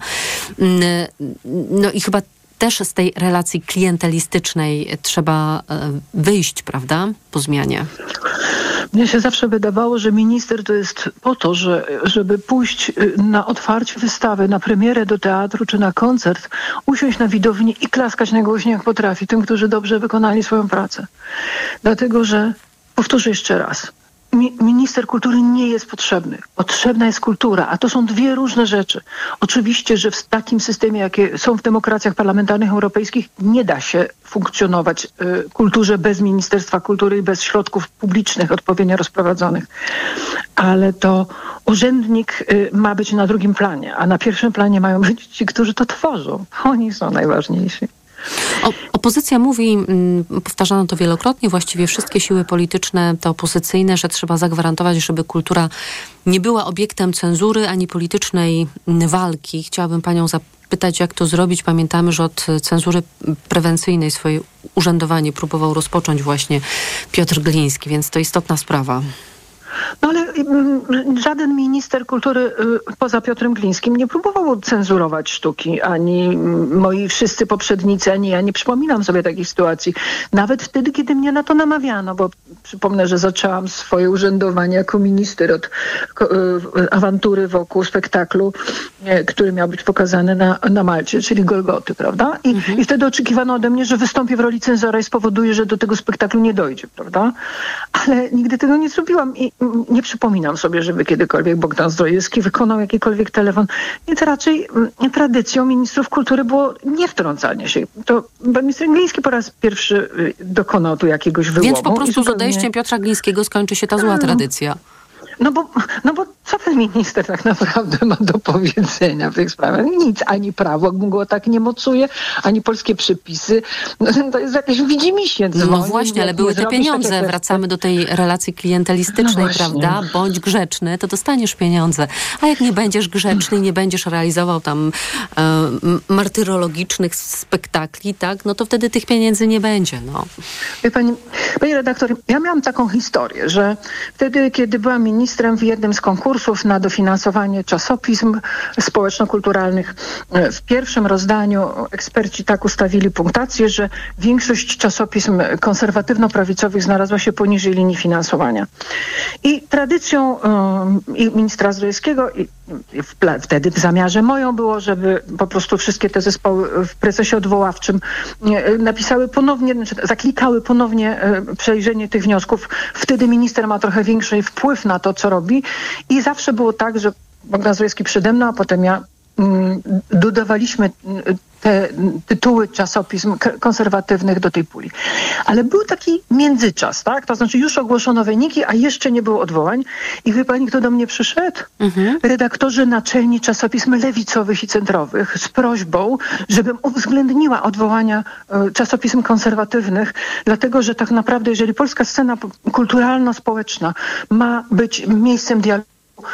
No i chyba też z tej relacji klientelistycznej trzeba wyjść, prawda, po zmianie. Mnie się zawsze wydawało, że minister to jest po to, żeby pójść na otwarcie wystawy, na premierę do teatru czy na koncert, usiąść na widowni i klaskać najgłośniej jak potrafi tym, którzy dobrze wykonali swoją pracę. Dlatego, że, powtórzę jeszcze raz, minister kultury nie jest potrzebny. Potrzebna jest kultura, a to są dwie różne rzeczy. Oczywiście, że w takim systemie, jakie są w demokracjach parlamentarnych europejskich, nie da się funkcjonować kulturze bez Ministerstwa Kultury i bez środków publicznych odpowiednio rozprowadzonych. Ale to urzędnik ma być na drugim planie, a na pierwszym planie mają być ci, którzy to tworzą. Oni są najważniejsi. Opozycja mówi, powtarzano to wielokrotnie, właściwie wszystkie siły polityczne, te opozycyjne, że trzeba zagwarantować, żeby kultura nie była obiektem cenzury ani politycznej walki. Chciałabym panią zapytać, jak to zrobić. Pamiętamy, że od cenzury prewencyjnej swoje urzędowanie próbował rozpocząć właśnie Piotr Gliński, więc to istotna sprawa. No ale żaden minister kultury poza Piotrem Glińskim nie próbował cenzurować sztuki, ani moi wszyscy poprzednicy, ani ja nie przypominam sobie takich sytuacji. Nawet wtedy, kiedy mnie na to namawiano, bo przypomnę, że zaczęłam swoje urzędowanie jako minister od awantury wokół spektaklu, który miał być pokazany na Malcie, czyli Golgoty, prawda? I wtedy oczekiwano ode mnie, że wystąpię w roli cenzora i spowoduje, że do tego spektaklu nie dojdzie, prawda? Ale nigdy tego nie zrobiłam i nie przypominam sobie, żeby kiedykolwiek Bogdan Zdrojewski wykonał jakikolwiek telefon. Więc raczej tradycją ministrów kultury było niewtrącanie się. To minister Gliński po raz pierwszy dokonał tu jakiegoś wyłomu. Więc po prostu z odejściem Piotra Glińskiego skończy się ta zła tradycja. No bo co ten minister tak naprawdę ma do powiedzenia w tych sprawach? Nic, ani prawo go tak nie mocuje, ani polskie przepisy. To jest jakieś widzimisię. No właśnie, ale były te pieniądze. Wracamy do tej relacji klientelistycznej, prawda? Bądź grzeczny, to dostaniesz pieniądze. A jak nie będziesz grzeczny, nie będziesz realizował tam martyrologicznych spektakli, tak? No to wtedy tych pieniędzy nie będzie, no. Wie pani redaktor, ja miałam taką historię, że wtedy, kiedy byłam ministrem w jednym z konkursów na dofinansowanie czasopism społeczno-kulturalnych, w pierwszym rozdaniu eksperci tak ustawili punktację, że większość czasopism konserwatywno-prawicowych znalazła się poniżej linii finansowania. I tradycją i ministra Zdrojewskiego i wtedy w zamiarze moją było, żeby po prostu wszystkie te zespoły w procesie odwoławczym napisały ponownie, zaklikały ponownie przejrzenie tych wniosków. Wtedy minister ma trochę większy wpływ na to, co robi. I zawsze było tak, że Bogdan Zdrojewski przede mną, a potem ja dodawaliśmy te tytuły czasopism konserwatywnych do tej puli. Ale był taki międzyczas, tak? To znaczy już ogłoszono wyniki, a jeszcze nie było odwołań. I wie pani, kto do mnie przyszedł? Redaktorzy naczelni czasopism lewicowych i centrowych z prośbą, żebym uwzględniła odwołania czasopism konserwatywnych, dlatego, że tak naprawdę, jeżeli polska scena kulturalno-społeczna ma być miejscem dialogu,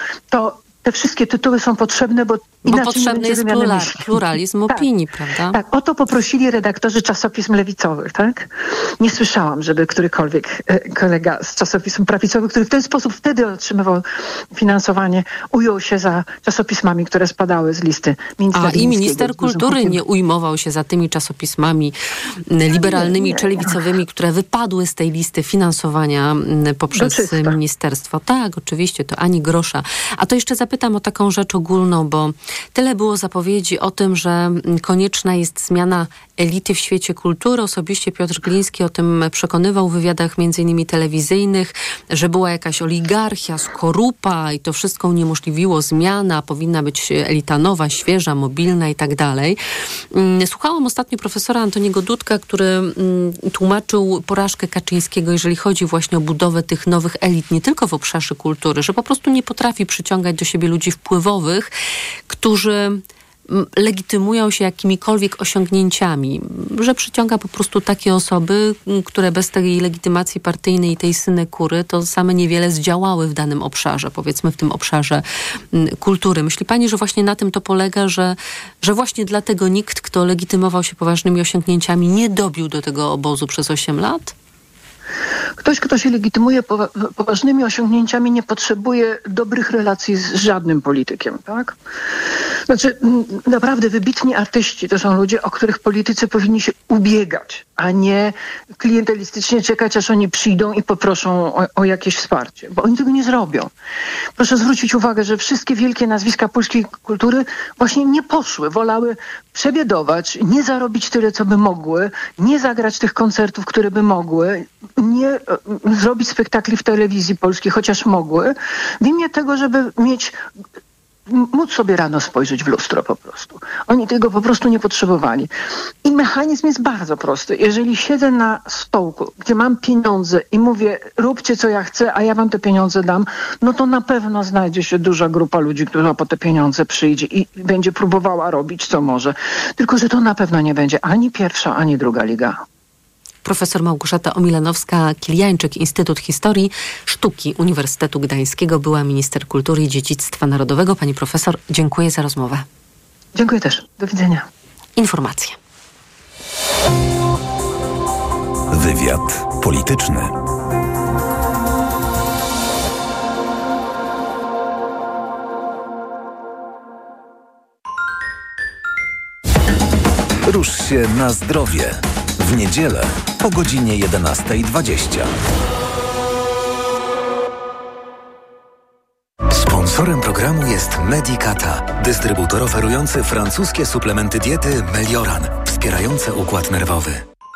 to te wszystkie tytuły są potrzebne, bo potrzebny jest pluralizm opinii, prawda? Tak, o to poprosili redaktorzy czasopism lewicowych, tak? Nie słyszałam, żeby którykolwiek kolega z czasopism prawicowych, który w ten sposób wtedy otrzymywał finansowanie, ujął się za czasopismami, które spadały z listy ministra i minister kultury nie ujmował się za tymi czasopismami liberalnymi czy lewicowymi, które wypadły z tej listy finansowania poprzez ministerstwo. Tak, oczywiście, to ani grosza. A to jeszcze zapytam o taką rzecz ogólną, bo tyle było zapowiedzi o tym, że konieczna jest zmiana elity w świecie kultury. Osobiście Piotr Gliński o tym przekonywał w wywiadach między innymi telewizyjnych, że była jakaś oligarchia, skorupa i to wszystko uniemożliwiło zmiana, powinna być elita nowa, świeża, mobilna i tak dalej. Słuchałam ostatnio profesora Antoniego Dudka, który tłumaczył porażkę Kaczyńskiego, jeżeli chodzi właśnie o budowę tych nowych elit, nie tylko w obszarze kultury, że po prostu nie potrafi przyciągać do siebie ludzi wpływowych, którzy legitymują się jakimikolwiek osiągnięciami, że przyciąga po prostu takie osoby, które bez tej legitymacji partyjnej i tej synekury to same niewiele zdziałały w danym obszarze, powiedzmy w tym obszarze kultury. Myśli pani, że właśnie na tym to polega, że właśnie dlatego nikt, kto legitymował się poważnymi osiągnięciami, nie dobił do tego obozu przez 8 lat? Ktoś, kto się legitymuje poważnymi osiągnięciami, nie potrzebuje dobrych relacji z żadnym politykiem, tak? Znaczy, naprawdę wybitni artyści to są ludzie, o których politycy powinni się ubiegać, a nie klientelistycznie czekać, aż oni przyjdą i poproszą o jakieś wsparcie, bo oni tego nie zrobią. Proszę zwrócić uwagę, że wszystkie wielkie nazwiska polskiej kultury właśnie nie poszły, wolały przebiedować, nie zarobić tyle, co by mogły, nie zagrać tych koncertów, które by mogły, nie zrobić spektakli w telewizji polskiej, chociaż mogły, w imię tego, żeby móc sobie rano spojrzeć w lustro po prostu. Oni tego po prostu nie potrzebowali. I mechanizm jest bardzo prosty. Jeżeli siedzę na stołku, gdzie mam pieniądze i mówię, róbcie co ja chcę, a ja wam te pieniądze dam, no to na pewno znajdzie się duża grupa ludzi, która po te pieniądze przyjdzie i będzie próbowała robić co może. Tylko że to na pewno nie będzie ani pierwsza, ani druga liga. Profesor Małgorzata Omilanowska-Kiliańczyk, Instytut Historii Sztuki Uniwersytetu Gdańskiego, była minister kultury i dziedzictwa narodowego. Pani profesor, dziękuję za rozmowę. Dziękuję też. Do widzenia. Informacje. Wywiad polityczny. Rusz się na zdrowie. W niedzielę po godzinie 11:20. Sponsorem programu jest Medicata, dystrybutor oferujący francuskie suplementy diety Melioran, wspierające układ nerwowy.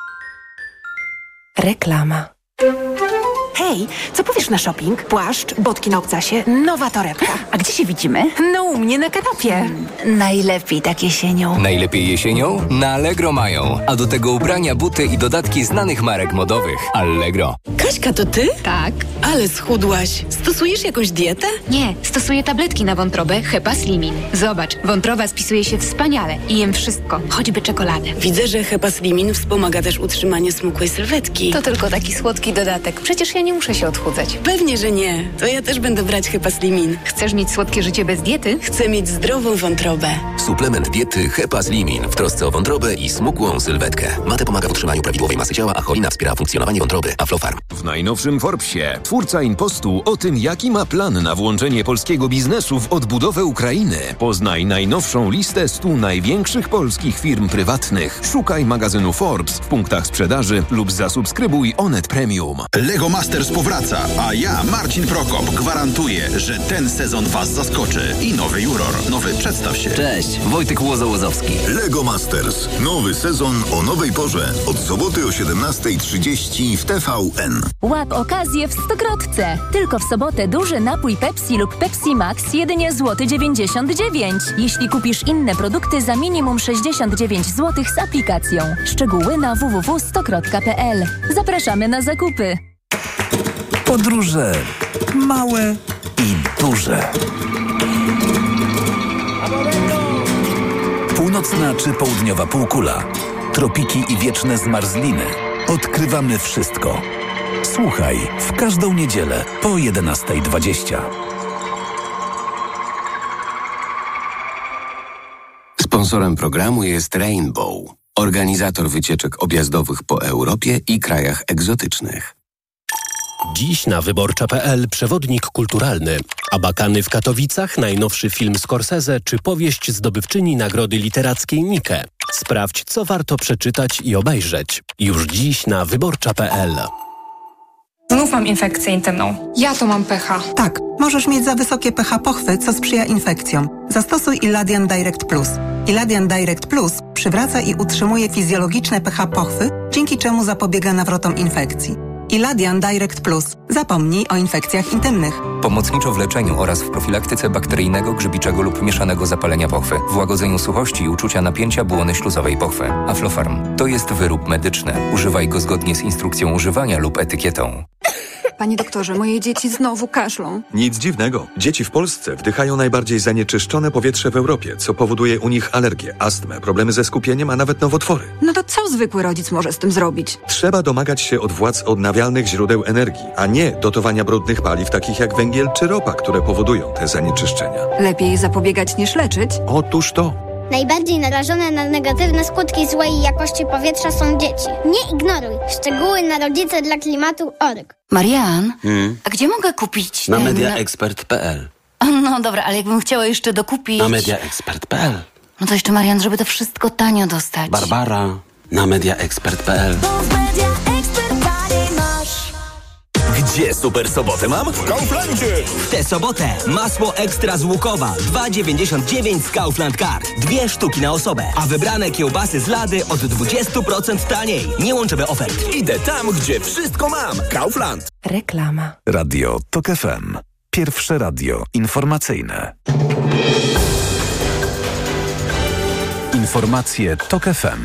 Reklama. Hej, co powiesz na shopping? Płaszcz, botki na obcasie, nowa torebka. A gdzie się widzimy? No u mnie na kanapie. Najlepiej tak jesienią. Najlepiej jesienią? Na Allegro mają. A do tego ubrania, buty i dodatki znanych marek modowych. Allegro. Kaśka, to ty? Tak. Ale schudłaś. Stosujesz jakąś dietę? Nie, stosuję tabletki na wątrobę Hepaslimin. Zobacz, wątroba spisuje się wspaniale i jem wszystko, choćby czekoladę. Widzę, że Hepaslimin wspomaga też utrzymanie smukłej sylwetki. To tylko taki słodki dodatek. Przecież ja nie muszę się odchudzać. Pewnie, że nie. To ja też będę brać Hepaslimin. Chcesz mieć słodkie życie bez diety? Chcę mieć zdrową wątrobę. Suplement diety Hepaslimin w trosce o wątrobę i smukłą sylwetkę. Mate pomaga w utrzymaniu prawidłowej masy ciała, a cholina wspiera funkcjonowanie wątroby. Aflofarm. W najnowszym Forbesie twórca Impostu o tym, jaki ma plan na włączenie polskiego biznesu w odbudowę Ukrainy. Poznaj najnowszą listę 100 największych polskich firm prywatnych. Szukaj magazynu Forbes w punktach sprzedaży lub zasubskrybuj Onet Premium. Lego Masters powraca, a ja, Marcin Prokop, gwarantuję, że ten sezon was zaskoczy. I nowy juror. Nowy, przedstaw się. Cześć, Wojtek Łozo-Łozowski. Lego Masters. Nowy sezon o nowej porze. Od soboty o 17:30 w TVN. Łap okazję w Stokrotce. Tylko w sobotę duży napój Pepsi lub Pepsi Max jedynie złoty 99 zł. Jeśli kupisz inne produkty za minimum 69 zł z aplikacją. Szczegóły na www.stokrotka.pl. Zapraszamy na zakupy. Podróże małe i duże. Północna czy południowa półkula, tropiki i wieczne zmarzliny. Odkrywamy wszystko. Słuchaj w każdą niedzielę po 11:20. Sponsorem programu jest Rainbow, organizator wycieczek objazdowych po Europie i krajach egzotycznych. Dziś na wyborcza.pl przewodnik kulturalny. Abakany w Katowicach, najnowszy film Scorsese czy powieść zdobywczyni Nagrody Literackiej Nike. Sprawdź, co warto przeczytać i obejrzeć. Już dziś na wyborcza.pl. Znów mam infekcję intymną. Ja to mam pH. Tak, możesz mieć za wysokie pH pochwy, co sprzyja infekcjom. Zastosuj Iladian Direct Plus. Iladian Direct Plus przywraca i utrzymuje fizjologiczne pH pochwy, dzięki czemu zapobiega nawrotom infekcji. Iladian Direct Plus. Zapomnij o infekcjach intymnych. Pomocniczo w leczeniu oraz w profilaktyce bakteryjnego, grzybiczego lub mieszanego zapalenia pochwy, w łagodzeniu suchości i uczucia napięcia błony śluzowej pochwy. Aflofarm to jest wyrób medyczny. Używaj go zgodnie z instrukcją używania lub etykietą. Panie doktorze, moje dzieci znowu kaszlą. Nic dziwnego. Dzieci w Polsce wdychają najbardziej zanieczyszczone powietrze w Europie, co powoduje u nich alergie, astmę, problemy ze skupieniem, a nawet nowotwory. No to co zwykły rodzic może z tym zrobić? Trzeba domagać się od władz odnawialnych źródeł energii, a nie dotowania brudnych paliw takich jak węgiel czy ropa, które powodują te zanieczyszczenia. Lepiej zapobiegać niż leczyć? Otóż to. Najbardziej narażone na negatywne skutki złej jakości powietrza są dzieci. Nie ignoruj. Szczegóły na rodzicedlaklimatu.org. Marian, a gdzie mogę kupić Na mediaexpert.pl. No dobra, ale jakbym chciała jeszcze dokupić... Na mediaexpert.pl. No to jeszcze, Marian, żeby to wszystko tanio dostać. Barbara, na mediaexpert.pl. Gdzie super sobotę mam? W Kauflandzie! W tę sobotę masło ekstra z Łukowa 2,99 z Kaufland Card. 2 sztuki na osobę, a wybrane kiełbasy z Lady od 20% taniej. Nie łączymy ofert. Idę tam, gdzie wszystko mam. Kaufland. Reklama. Radio TOK FM. Pierwsze radio informacyjne. Informacje TOK FM.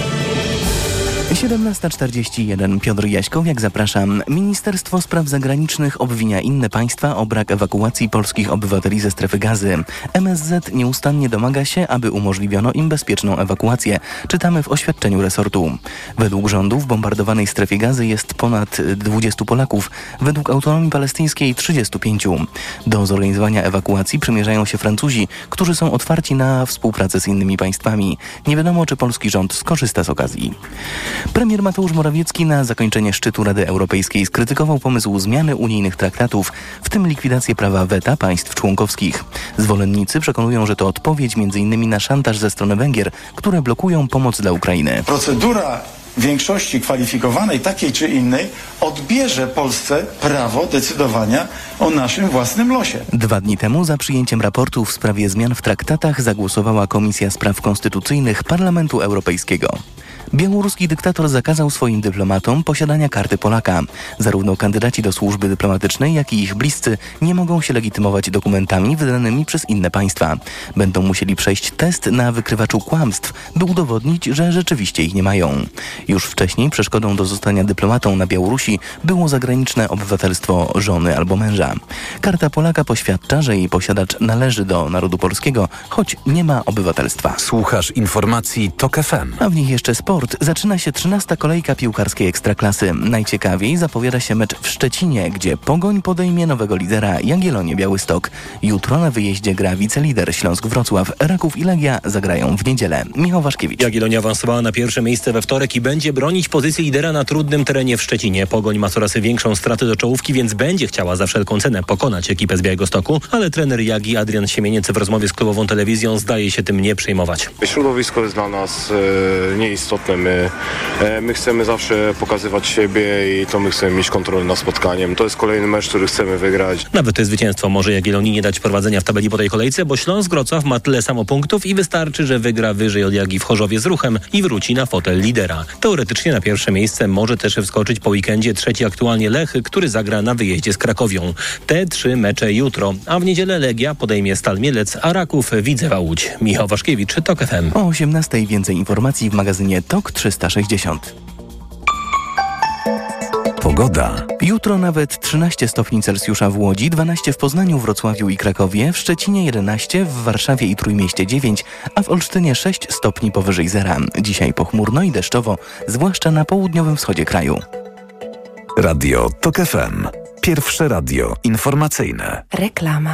17:41. Piotr Jaśkowiak, zapraszam. Ministerstwo Spraw Zagranicznych obwinia inne państwa o brak ewakuacji polskich obywateli ze strefy Gazy. MSZ nieustannie domaga się, aby umożliwiono im bezpieczną ewakuację. Czytamy w oświadczeniu resortu. Według rządu w bombardowanej strefie Gazy jest ponad 20 Polaków. Według Autonomii Palestyńskiej 35. Do zorganizowania ewakuacji przymierzają się Francuzi, którzy są otwarci na współpracę z innymi państwami. Nie wiadomo, czy polski rząd skorzysta z okazji. Premier Mateusz Morawiecki na zakończenie szczytu Rady Europejskiej skrytykował pomysł zmiany unijnych traktatów, w tym likwidację prawa weta państw członkowskich. Zwolennicy przekonują, że to odpowiedź m.in. na szantaż ze strony Węgier, które blokują pomoc dla Ukrainy. Procedura większości kwalifikowanej, takiej czy innej, odbierze Polsce prawo decydowania o naszym własnym losie. 2 dni temu za przyjęciem raportu w sprawie zmian w traktatach zagłosowała Komisja Spraw Konstytucyjnych Parlamentu Europejskiego. Białoruski dyktator zakazał swoim dyplomatom posiadania karty Polaka. Zarówno kandydaci do służby dyplomatycznej, jak i ich bliscy nie mogą się legitymować dokumentami wydanymi przez inne państwa. Będą musieli przejść test na wykrywaczu kłamstw, by udowodnić, że rzeczywiście ich nie mają. Już wcześniej przeszkodą do zostania dyplomatą na Białorusi było zagraniczne obywatelstwo żony albo męża. Karta Polaka poświadcza, że jej posiadacz należy do narodu polskiego, choć nie ma obywatelstwa. Słuchasz informacji TOK FM. A w nich jeszcze sport. Zaczyna się 13. kolejka piłkarskiej Ekstraklasy. Najciekawiej zapowiada się mecz w Szczecinie, gdzie Pogoń podejmie nowego lidera Jagiellonię Białystok. Jutro na wyjeździe gra wicelider Śląsk Wrocław. Raków i Legia zagrają w niedzielę. Michał Waszkiewicz. Jagiellonia awansowała na pierwsze miejsce we wtorek i będzie bronić pozycji lidera na trudnym terenie w Szczecinie. Pogoń ma coraz większą stratę do czołówki, więc będzie chciała za wszelką cenę pokonać ekipę z Białegostoku, ale trener Jagi Adrian Siemieniec w rozmowie z klubową telewizją zdaje się tym nie przejmować. Środowisko jest dla nas nieistotne. My chcemy zawsze pokazywać siebie i to my chcemy mieć kontrolę nad spotkaniem. To jest kolejny mecz, który chcemy wygrać. Nawet to zwycięstwo może Jagiellonii nie dać prowadzenia w tabeli po tej kolejce, bo Śląsk Wrocław ma tyle samo punktów i wystarczy, że wygra wyżej od Jagi w Chorzowie z Ruchem i wróci na fotel lidera. Teoretycznie na pierwsze miejsce może też wskoczyć po weekendzie trzeci aktualnie Lech, który zagra na wyjeździe z Krakowią. Te 3 mecze jutro, a w niedzielę Legia podejmie Stal Mielec, a Raków Widzewa Łódź. Michał Waszkiewicz, TOK FM. O 18:00 więcej informacji w magazynie TOK 360. Pogoda. Jutro nawet 13 stopni Celsjusza w Łodzi, 12 w Poznaniu, Wrocławiu i Krakowie, w Szczecinie 11, w Warszawie i Trójmieście 9, a w Olsztynie 6 stopni powyżej zera. Dzisiaj pochmurno i deszczowo, zwłaszcza na południowym wschodzie kraju. Radio TOK FM. Pierwsze radio informacyjne. Reklama.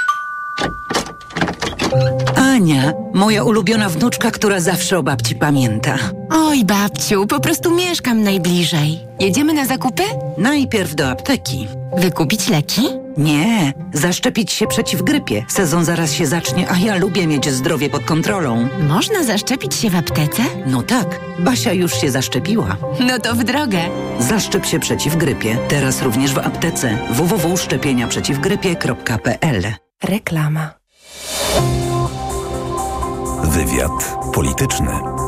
Ania, moja ulubiona wnuczka, która zawsze o babci pamięta. Oj, babciu, po prostu mieszkam najbliżej. Jedziemy na zakupy? Najpierw do apteki. Wykupić leki? Nie, zaszczepić się przeciw grypie. Sezon zaraz się zacznie, a ja lubię mieć zdrowie pod kontrolą. Można zaszczepić się w aptece? No tak, Basia już się zaszczepiła. No to w drogę. Zaszczep się przeciw grypie. Teraz również w aptece. www.szczepieniaprzeciwgrypie.pl. Reklama. Wywiad polityczny.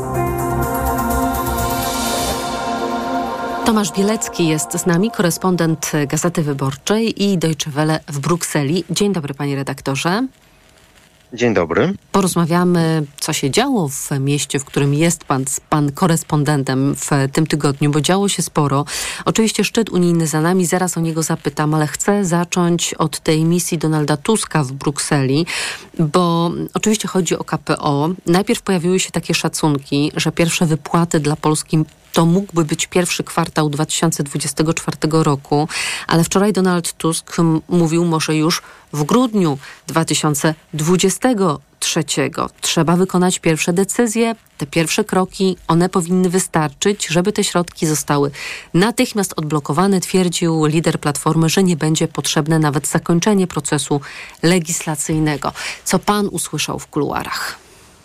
Tomasz Bielecki jest z nami, korespondent Gazety Wyborczej i Deutsche Welle w Brukseli. Dzień dobry, panie redaktorze. Dzień dobry. Porozmawiamy, co się działo w mieście, w którym jest pan korespondentem w tym tygodniu, bo działo się sporo. Oczywiście szczyt unijny za nami, zaraz o niego zapytam, ale chcę zacząć od tej misji Donalda Tuska w Brukseli, bo oczywiście chodzi o KPO. Najpierw pojawiły się takie szacunki, że pierwsze wypłaty dla Polski to mógłby być pierwszy kwartał 2024 roku, ale wczoraj Donald Tusk mówił może już w grudniu 2023. Trzeba wykonać pierwsze decyzje, te pierwsze kroki, one powinny wystarczyć, żeby te środki zostały natychmiast odblokowane. Twierdził lider Platformy, że nie będzie potrzebne nawet zakończenie procesu legislacyjnego. Co pan usłyszał w kuluarach?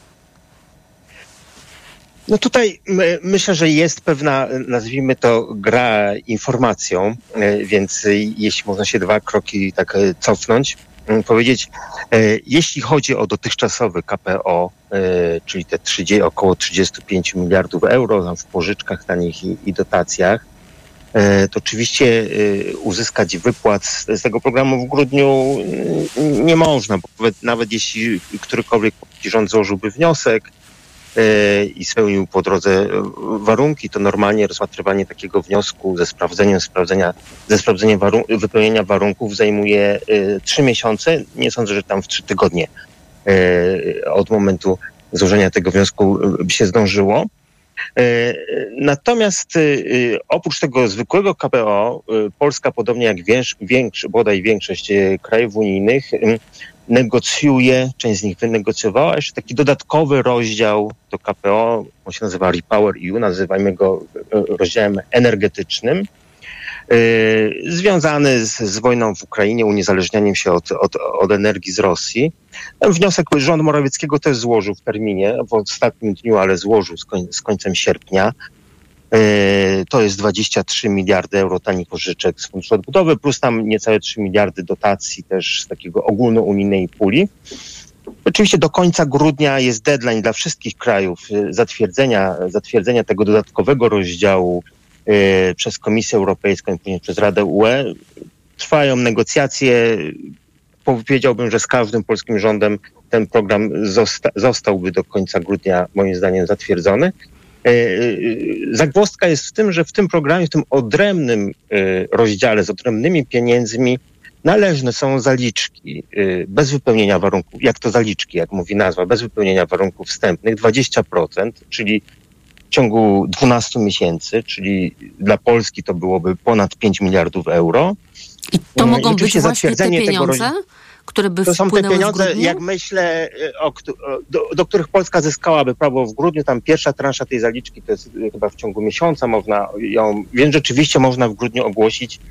No tutaj myślę, że jest pewna, nazwijmy to, gra informacją, więc jeśli można się 2 kroki tak cofnąć, powiedzieć, jeśli chodzi o dotychczasowy KPO, czyli te około 35 miliardów euro w pożyczkach tanich i dotacjach, to oczywiście uzyskać wypłat z tego programu w grudniu nie można, bo nawet jeśli którykolwiek rząd złożyłby wniosek i spełnił po drodze warunki, to normalnie rozpatrywanie takiego wniosku ze sprawdzeniem wypełnienia warunków zajmuje 3 miesiące. Nie sądzę, że tam w 3 tygodnie od momentu złożenia tego wniosku by się zdążyło. Natomiast oprócz tego zwykłego KPO, Polska, podobnie jak bodaj większość krajów unijnych, negocjuje, część z nich wynegocjowała jeszcze taki dodatkowy rozdział do KPO, on się nazywa Repower EU, nazywajmy go rozdziałem energetycznym, związany z wojną w Ukrainie, uniezależnianiem się od energii z Rosji. Wniosek rządu Morawieckiego też złożył w terminie, w ostatnim dniu, ale złożył z końcem sierpnia. To jest 23 miliardy euro tanich pożyczek z Funduszu Odbudowy, plus tam niecałe 3 miliardy dotacji też z takiego ogólnounijnej puli. Oczywiście do końca grudnia jest deadline dla wszystkich krajów zatwierdzenia tego dodatkowego rozdziału przez Komisję Europejską i później przez Radę UE. Trwają negocjacje. Powiedziałbym, że z każdym polskim rządem ten program zostałby do końca grudnia moim zdaniem zatwierdzony. Zagwozdka jest w tym, że w tym programie, w tym odrębnym rozdziale z odrębnymi pieniędzmi należne są zaliczki bez wypełnienia warunków, jak to zaliczki, jak mówi nazwa, bez wypełnienia warunków wstępnych, 20%, czyli w ciągu 12 miesięcy, czyli dla Polski to byłoby ponad 5 miliardów euro. I to mogą być właśnie te pieniądze, które by wpłynęły w grudniu? To są te pieniądze, jak myślę, do których Polska zyskałaby prawo w grudniu. Tam pierwsza transza tej zaliczki to jest chyba w ciągu miesiąca można ją, więc rzeczywiście można w grudniu ogłosić,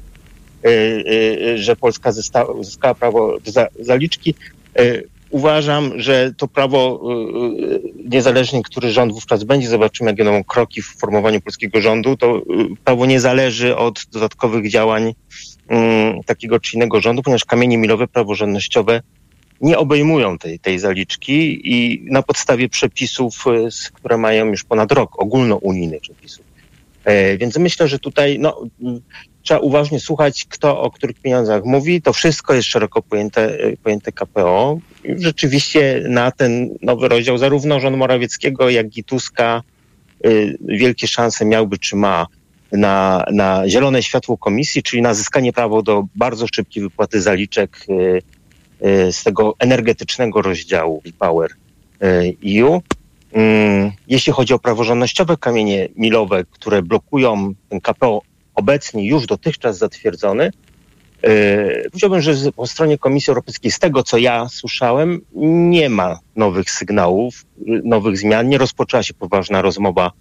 że Polska zyskała prawo do zaliczki. Uważam, że to prawo, niezależnie który rząd wówczas będzie, zobaczymy jakie będą kroki w formowaniu polskiego rządu, to prawo nie zależy od dodatkowych działań takiego czy innego rządu, ponieważ kamienie milowe, praworządnościowe nie obejmują tej zaliczki i na podstawie przepisów, które mają już ponad rok, ogólnounijnych przepisów. Więc myślę, że tutaj trzeba uważnie słuchać, kto o których pieniądzach mówi. To wszystko jest szeroko pojęte KPO. I rzeczywiście na ten nowy rozdział zarówno rząd Morawieckiego, jak i Tuska wielkie szanse miałby, czy ma, na zielone światło komisji, czyli na zyskanie prawa do bardzo szybkiej wypłaty zaliczek z tego energetycznego rozdziału Repower EU. Jeśli chodzi o praworządnościowe kamienie milowe, które blokują ten KPO obecnie już dotychczas zatwierdzony, powiedziałbym, że po stronie Komisji Europejskiej, z tego co ja słyszałem, nie ma nowych sygnałów, nowych zmian. Nie rozpoczęła się poważna rozmowa,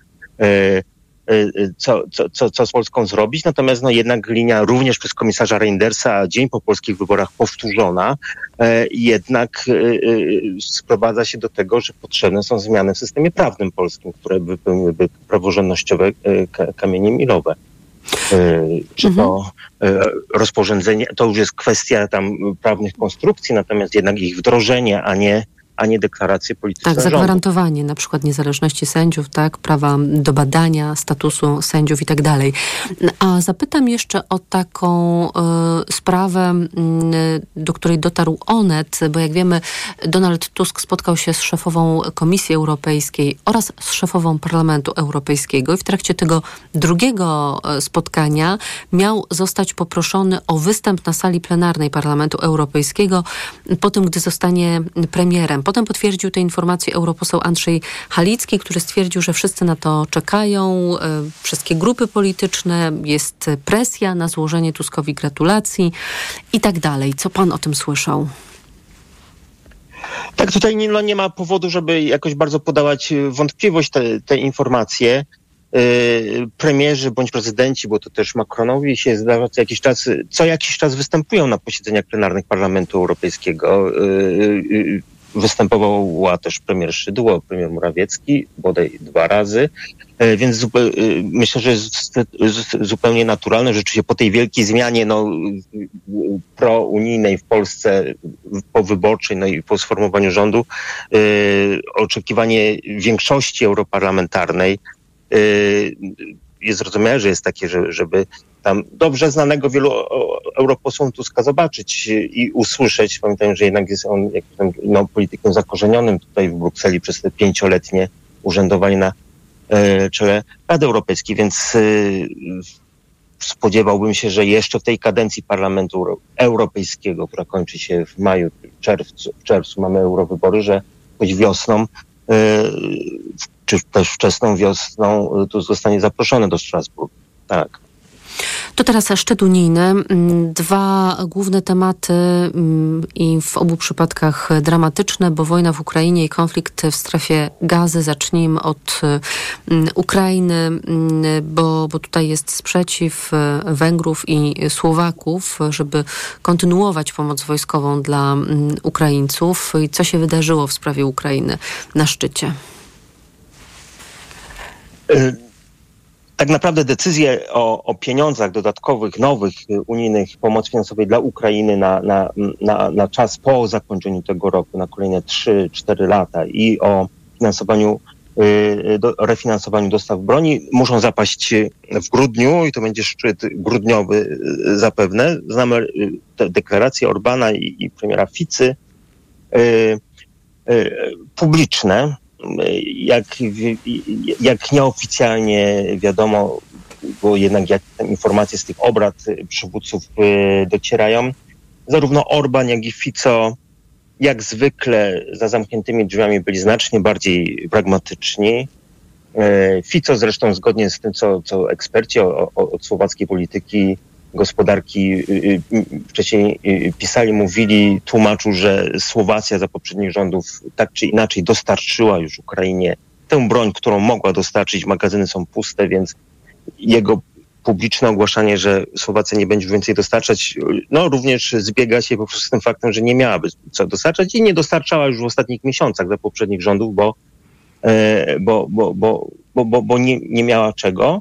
co z Polską zrobić. Natomiast jednak linia również przez komisarza Reindersa, dzień po polskich wyborach powtórzona, jednak sprowadza się do tego, że potrzebne są zmiany w systemie prawnym polskim, które wypełniłyby praworządnościowe kamienie milowe. Czy to rozporządzenie, to już jest kwestia tam prawnych konstrukcji, natomiast jednak ich wdrożenie, a nie deklaracje polityczne. Tak, zagwarantowanie na przykład niezależności sędziów, tak, prawa do badania statusu sędziów i tak dalej. A zapytam jeszcze o taką sprawę, do której dotarł Onet, bo jak wiemy, Donald Tusk spotkał się z szefową Komisji Europejskiej oraz z szefową Parlamentu Europejskiego i w trakcie tego drugiego spotkania miał zostać poproszony o występ na sali plenarnej Parlamentu Europejskiego po tym, gdy zostanie premierem. Potem potwierdził te informacje europoseł Andrzej Halicki, który stwierdził, że wszyscy na to czekają, wszystkie grupy polityczne, jest presja na złożenie Tuskowi gratulacji i tak dalej. Co pan o tym słyszał? Tak, tutaj nie ma powodu, żeby jakoś bardzo podawać wątpliwość te informacje. Premierzy bądź prezydenci, bo to też Macronowi się zdarza co jakiś czas występują na posiedzeniach plenarnych Parlamentu Europejskiego. Występowała też premier Szydło, premier Morawiecki, bodaj 2 razy, więc myślę, że jest zupełnie naturalne, że rzeczywiście po tej wielkiej zmianie prounijnej w Polsce, po wyborczej, i po sformowaniu rządu, oczekiwanie większości europarlamentarnej jest zrozumiałe, że jest takie, żeby tam dobrze znanego wielu europosłom Tuska zobaczyć i usłyszeć. Pamiętają, że jednak jest on politykiem zakorzenionym tutaj w Brukseli przez te 5-letnie urzędowanie na czele Rady Europejskiej, więc spodziewałbym się, że jeszcze w tej kadencji Parlamentu Europejskiego, która kończy się w maju, w czerwcu mamy eurowybory, że choć wiosną czy też wczesną wiosną Tusk zostanie zaproszony do Strasburga. Tak. To teraz szczyt unijny. 2 główne tematy i w obu przypadkach dramatyczne, bo wojna w Ukrainie i konflikt w strefie Gazy. Zacznijmy od Ukrainy, bo tutaj jest sprzeciw Węgrów i Słowaków, żeby kontynuować pomoc wojskową dla Ukraińców. I co się wydarzyło w sprawie Ukrainy na szczycie? Tak naprawdę decyzję o pieniądzach dodatkowych, nowych, unijnych pomocy finansowej dla Ukrainy na czas po zakończeniu tego roku, na kolejne 3-4 lata i o refinansowaniu dostaw broni muszą zapaść w grudniu i to będzie szczyt grudniowy zapewne. Znamy te deklaracje Orbana i premiera Ficy publiczne. Jak nieoficjalnie wiadomo, bo jednak jak te informacje z tych obrad przywódców docierają, zarówno Orban, jak i Fico jak zwykle za zamkniętymi drzwiami byli znacznie bardziej pragmatyczni. Fico zresztą zgodnie z tym, co eksperci od słowackiej polityki gospodarki wcześniej pisali, mówili, tłumaczył, że Słowacja za poprzednich rządów tak czy inaczej dostarczyła już Ukrainie tę broń, którą mogła dostarczyć. Magazyny są puste, więc jego publiczne ogłaszanie, że Słowacja nie będzie więcej dostarczać, również zbiega się po prostu z tym faktem, że nie miałaby co dostarczać i nie dostarczała już w ostatnich miesiącach za poprzednich rządów, bo nie miała czego.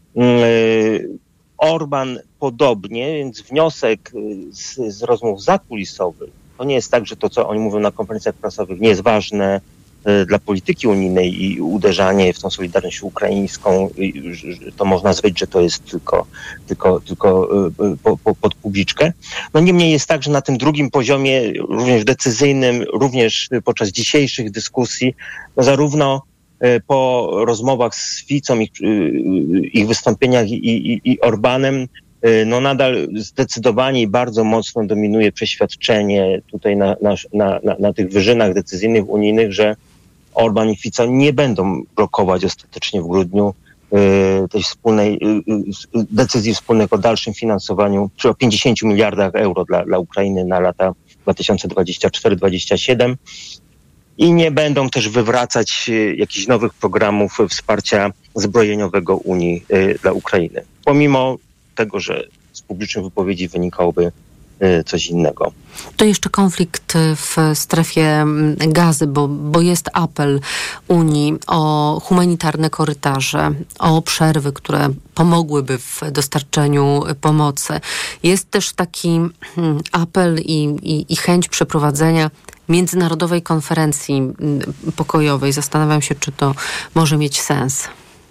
Orban podobnie, więc wniosek z rozmów zakulisowych, to nie jest tak, że to, co oni mówią na konferencjach prasowych, nie jest ważne dla polityki unijnej i uderzanie w tą solidarność ukraińską, to można nazwać, że to jest tylko pod publiczkę. Niemniej jest tak, że na tym drugim poziomie, również decyzyjnym, również podczas dzisiejszych dyskusji, zarówno po rozmowach z Ficą, ich wystąpieniach i Orbanem, nadal zdecydowanie i bardzo mocno dominuje przeświadczenie tutaj na tych wyżynach decyzyjnych unijnych, że Orban i Fico nie będą blokować ostatecznie w grudniu tej wspólnej decyzji wspólnego o dalszym finansowaniu, czy o 50 miliardach euro dla Ukrainy na lata 2024-2027. I nie będą też wywracać jakichś nowych programów wsparcia zbrojeniowego Unii dla Ukrainy. Pomimo tego, że z publicznych wypowiedzi wynikałoby coś innego. To jeszcze konflikt w strefie Gazy, bo jest apel Unii o humanitarne korytarze, o przerwy, które pomogłyby w dostarczeniu pomocy. Jest też taki apel i chęć przeprowadzenia międzynarodowej konferencji pokojowej. Zastanawiam się, czy to może mieć sens.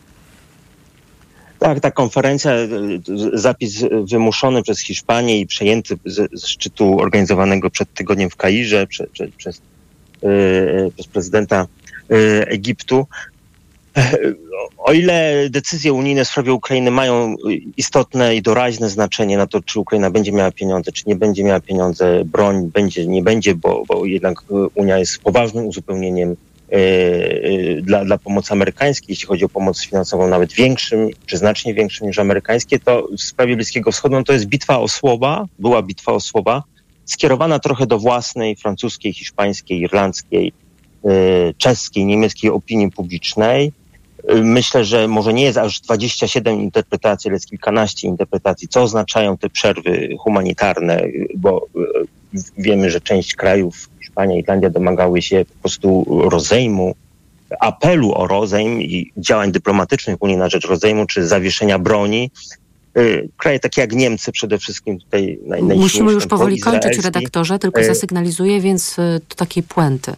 Tak, ta konferencja, zapis wymuszony przez Hiszpanię i przejęty z szczytu organizowanego przed tygodniem w Kairze przez prezydenta Egiptu, O ile decyzje unijne w sprawie Ukrainy mają istotne i doraźne znaczenie na to, czy Ukraina będzie miała pieniądze, czy nie będzie miała pieniądze, broń będzie, nie będzie, bo jednak Unia jest poważnym uzupełnieniem dla pomocy amerykańskiej, jeśli chodzi o pomoc finansową nawet większym, czy znacznie większym niż amerykańskie, to w sprawie Bliskiego Wschodu no to jest bitwa o słowa, była bitwa o słowa, skierowana trochę do własnej francuskiej, hiszpańskiej, irlandzkiej, czeskiej, niemieckiej opinii publicznej. Myślę, że może nie jest aż 27 interpretacji, ale jest kilkanaście interpretacji, co oznaczają te przerwy humanitarne, bo wiemy, że część krajów, Hiszpania, Irlandia, domagały się po prostu rozejmu, apelu o rozejm i działań dyplomatycznych Unii na rzecz rozejmu, czy zawieszenia broni. Kraje takie jak Niemcy przede wszystkim tutaj najsilniejsze. Musimy już powoli kończyć, redaktorze, tylko zasygnalizuję, więc do takiej puenty.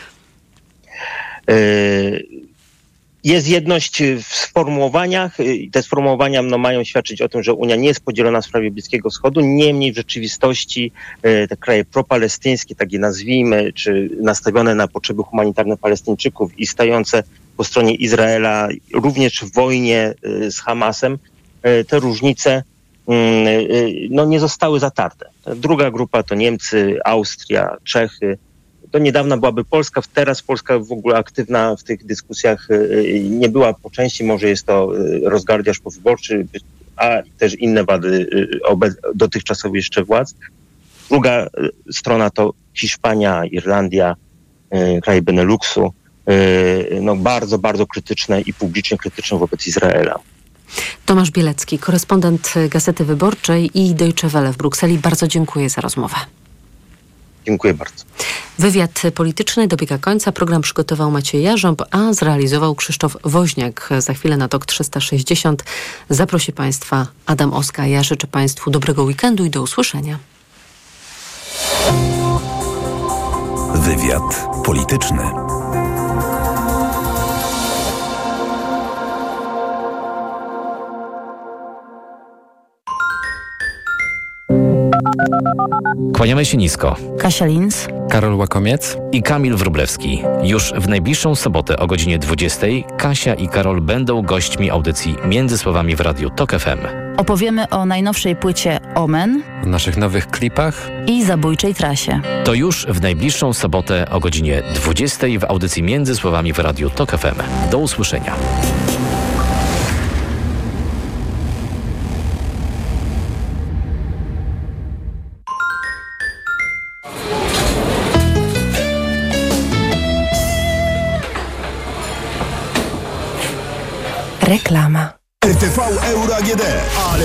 Jest jedność w sformułowaniach i te sformułowania mają świadczyć o tym, że Unia nie jest podzielona w sprawie Bliskiego Wschodu. Niemniej w rzeczywistości te kraje propalestyńskie, tak je nazwijmy, czy nastawione na potrzeby humanitarne Palestyńczyków i stające po stronie Izraela również w wojnie z Hamasem, te różnice nie zostały zatarte. Druga grupa to Niemcy, Austria, Czechy. Do niedawna byłaby Polska, teraz Polska w ogóle aktywna w tych dyskusjach nie była po części, może jest to rozgardiasz powyborczy, a też inne wady dotychczasowych jeszcze władz. Druga strona to Hiszpania, Irlandia, kraje Beneluxu, bardzo, bardzo krytyczne i publicznie krytyczne wobec Izraela. Tomasz Bielecki, korespondent Gazety Wyborczej i Deutsche Welle w Brukseli. Bardzo dziękuję za rozmowę. Dziękuję bardzo. Wywiad polityczny dobiega końca. Program przygotował Maciej Jarząb, a zrealizował Krzysztof Woźniak. Za chwilę na TOK 360 zaprosi Państwa Adam Oska. Ja życzę Państwu dobrego weekendu i do usłyszenia. Wywiad polityczny. Kłaniamy się nisko. Kasia Linz, Karol Łakomiec i Kamil Wróblewski. Już w najbliższą sobotę o godzinie 20 Kasia i Karol będą gośćmi audycji Między Słowami w Radiu TOK FM. Opowiemy o najnowszej płycie Omen, o naszych nowych klipach i zabójczej trasie. To już w najbliższą sobotę o godzinie 20 w audycji Między Słowami w Radiu TOK FM. Do usłyszenia. Reklama. RTV Euro AGD. Ale